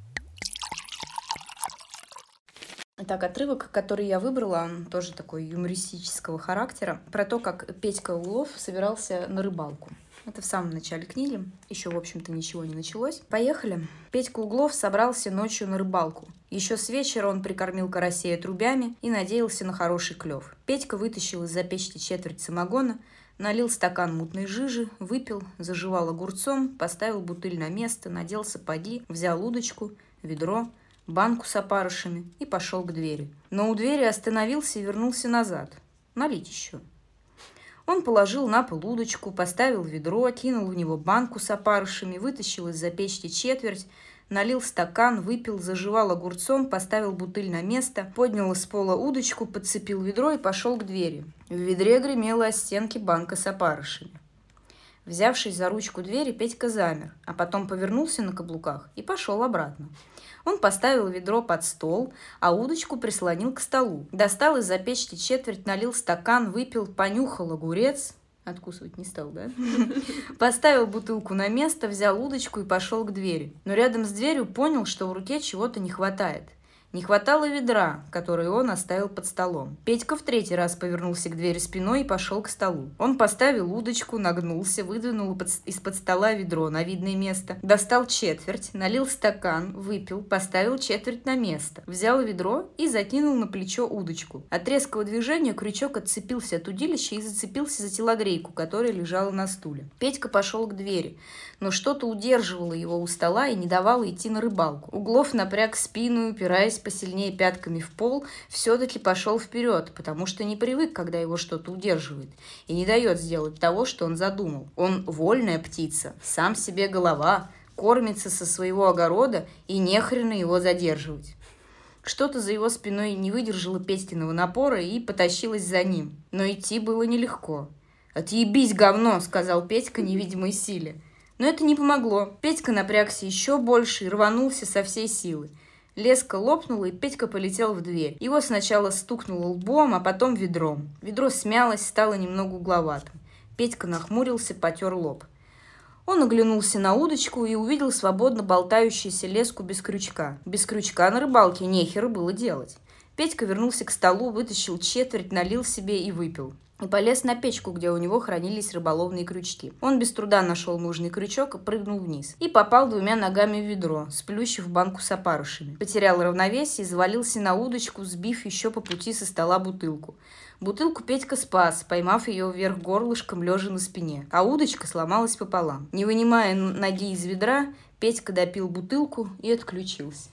Так, отрывок, который я выбрала, он тоже такой юмористического характера, про то, как Петька Углов собирался на рыбалку. Это в самом начале книги. Еще, в общем-то, ничего не началось. Поехали. Петька Углов собрался ночью на рыбалку. Еще с вечера он прикормил карасей отрубями и надеялся на хороший клев. Петька вытащил из-за печки четверть самогона, налил стакан мутной жижи, выпил, зажевал огурцом, поставил бутыль на место, надел сапоги, взял удочку, ведро, банку с опарышами и пошел к двери. Но у двери остановился и вернулся назад. Налить еще. Он положил на пол удочку, поставил ведро, кинул в него банку с опарышами, вытащил из-за печки четверть, налил стакан, выпил, зажевал огурцом, поставил бутыль на место, поднял из пола удочку, подцепил ведро и пошел к двери. В ведре гремела о стенки банка с опарышами. Взявшись за ручку двери, Петька замер, а потом повернулся на каблуках и пошел обратно. Он поставил ведро под стол, а удочку прислонил к столу. Достал из-за печки четверть, налил стакан, выпил, понюхал огурец. Откусывать не стал, да? Поставил бутылку на место, взял удочку и пошел к двери. Но рядом с дверью понял, что в руке чего-то не хватает. Не хватало ведра, которое он оставил под столом. Петька в третий раз повернулся к двери спиной и пошел к столу. Он поставил удочку, нагнулся, выдвинул из-под стола ведро на видное место, достал четверть, налил стакан, выпил, поставил четверть на место, взял ведро и закинул на плечо удочку. От резкого движения крючок отцепился от удилища и зацепился за телогрейку, которая лежала на стуле. Петька пошел к двери, но что-то удерживало его у стола и не давало идти на рыбалку. Углов напряг спину, упираясь посильнее пятками в пол, все-таки пошел вперед, потому что не привык, когда его что-то удерживает, и не дает сделать того, что он задумал. Он вольная птица, сам себе голова, кормится со своего огорода, и нехрена его задерживать. Что-то за его спиной не выдержало Петькиного напора и потащилось за ним. Но идти было нелегко. «Отъебись, говно!» — сказал Петька невидимой силе. Но это не помогло. Петька напрягся еще больше и рванулся со всей силы. Леска лопнула, и Петька полетел в дверь. Его сначала стукнуло лбом, а потом ведром. Ведро смялось, стало немного угловатым. Петька нахмурился, потер лоб. Он оглянулся на удочку и увидел свободно болтающуюся леску без крючка. Без крючка на рыбалке нехер было делать. Петька вернулся к столу, вытащил четверть, налил себе и выпил. И полез на печку, где у него хранились рыболовные крючки. Он без труда нашел нужный крючок и прыгнул вниз. И попал двумя ногами в ведро, сплющив банку с опарышами. Потерял равновесие и завалился на удочку, сбив еще по пути со стола бутылку. Бутылку Петька спас, поймав ее вверх горлышком, лежа на спине. А удочка сломалась пополам. Не вынимая ноги из ведра, Петька допил бутылку и отключился.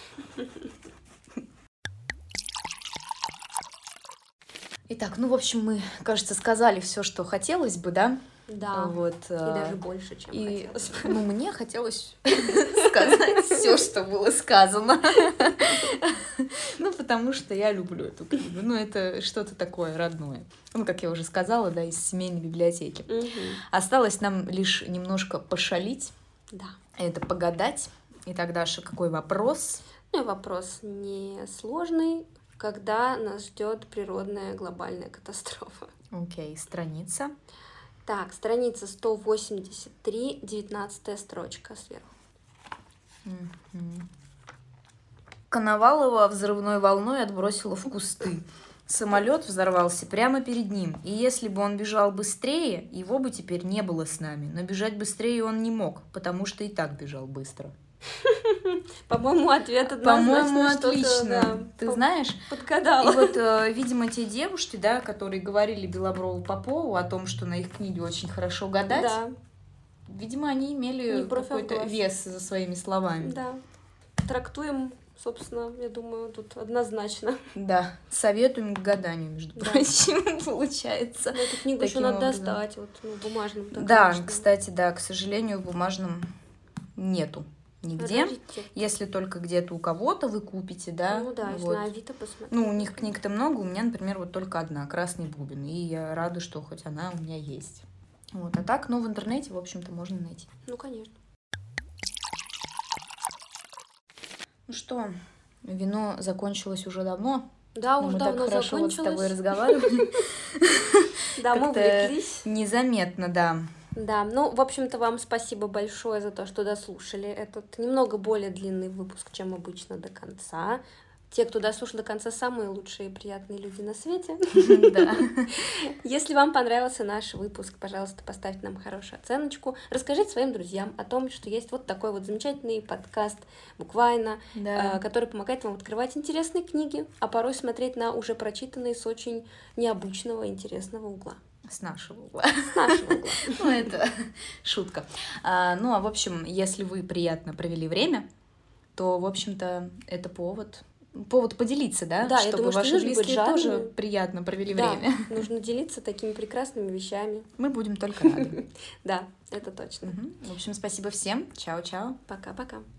Итак, в общем, мы, кажется, сказали все, что хотелось бы, да? Да, вот, и даже больше, чем хотелось бы. Мне хотелось сказать все, что было сказано. Потому что я люблю эту книгу. Это что-то такое родное. Как я уже сказала, да, из семейной библиотеки. Осталось нам лишь немножко пошалить. Да. Это погадать. Итак, Даша, какой вопрос? Вопрос несложный. Когда нас ждет природная глобальная катастрофа? Окей, страница. Так, страница 183, 19 строчка сверху. Коновалова взрывной волной отбросило в кусты. Самолет взорвался прямо перед ним, и если бы он бежал быстрее, его бы теперь не было с нами. Но бежать быстрее он не мог, потому что и так бежал быстро. По-моему, ответ однозначно. По-моему, отлично. Ты знаешь? Подгадала. И видимо, те девушки, да, которые говорили Белоброву Попову о том, что на их книге очень хорошо гадать, да. Видимо, они имели какой-то вес за своими словами. Да. Трактуем, собственно, я думаю, тут однозначно. Да. Советуем к гаданию, между прочим, получается. Эту книгу еще надо достать, в бумажном. Да, кстати, да, к сожалению, в бумажном нету. Нигде. Если только где-то у кого-то вы купите, да. Если на Авито посмотреть. У них книг-то много, у меня, например, только одна, «Красный бубен», и я рада, что хоть она у меня есть. А так, в интернете, в общем-то, можно найти. Конечно. Что, вино закончилось уже давно. Да, уже давно закончилось. Мы так хорошо с тобой разговаривали. Да, мы увлеклись. Незаметно, да. Да, в общем-то, вам спасибо большое за то, что дослушали этот немного более длинный выпуск, чем обычно, до конца. Те, кто дослушал до конца, самые лучшие и приятные люди на свете. Да. Если вам понравился наш выпуск, пожалуйста, поставьте нам хорошую оценочку. Расскажите своим друзьям о том, что есть такой замечательный подкаст «Буквально», который помогает вам открывать интересные книги, а порой смотреть на уже прочитанные с очень необычного, интересного угла. С нашего угла. С нашего угла. Это шутка. В общем, если вы приятно провели время, то, в общем-то, это повод поделиться, да? Да, чтобы я думаю, ваши что близкие тоже приятно провели время. Нужно делиться такими прекрасными вещами. Мы будем только рады. Да, это точно. В общем, спасибо всем. Чао-чао. Пока-пока.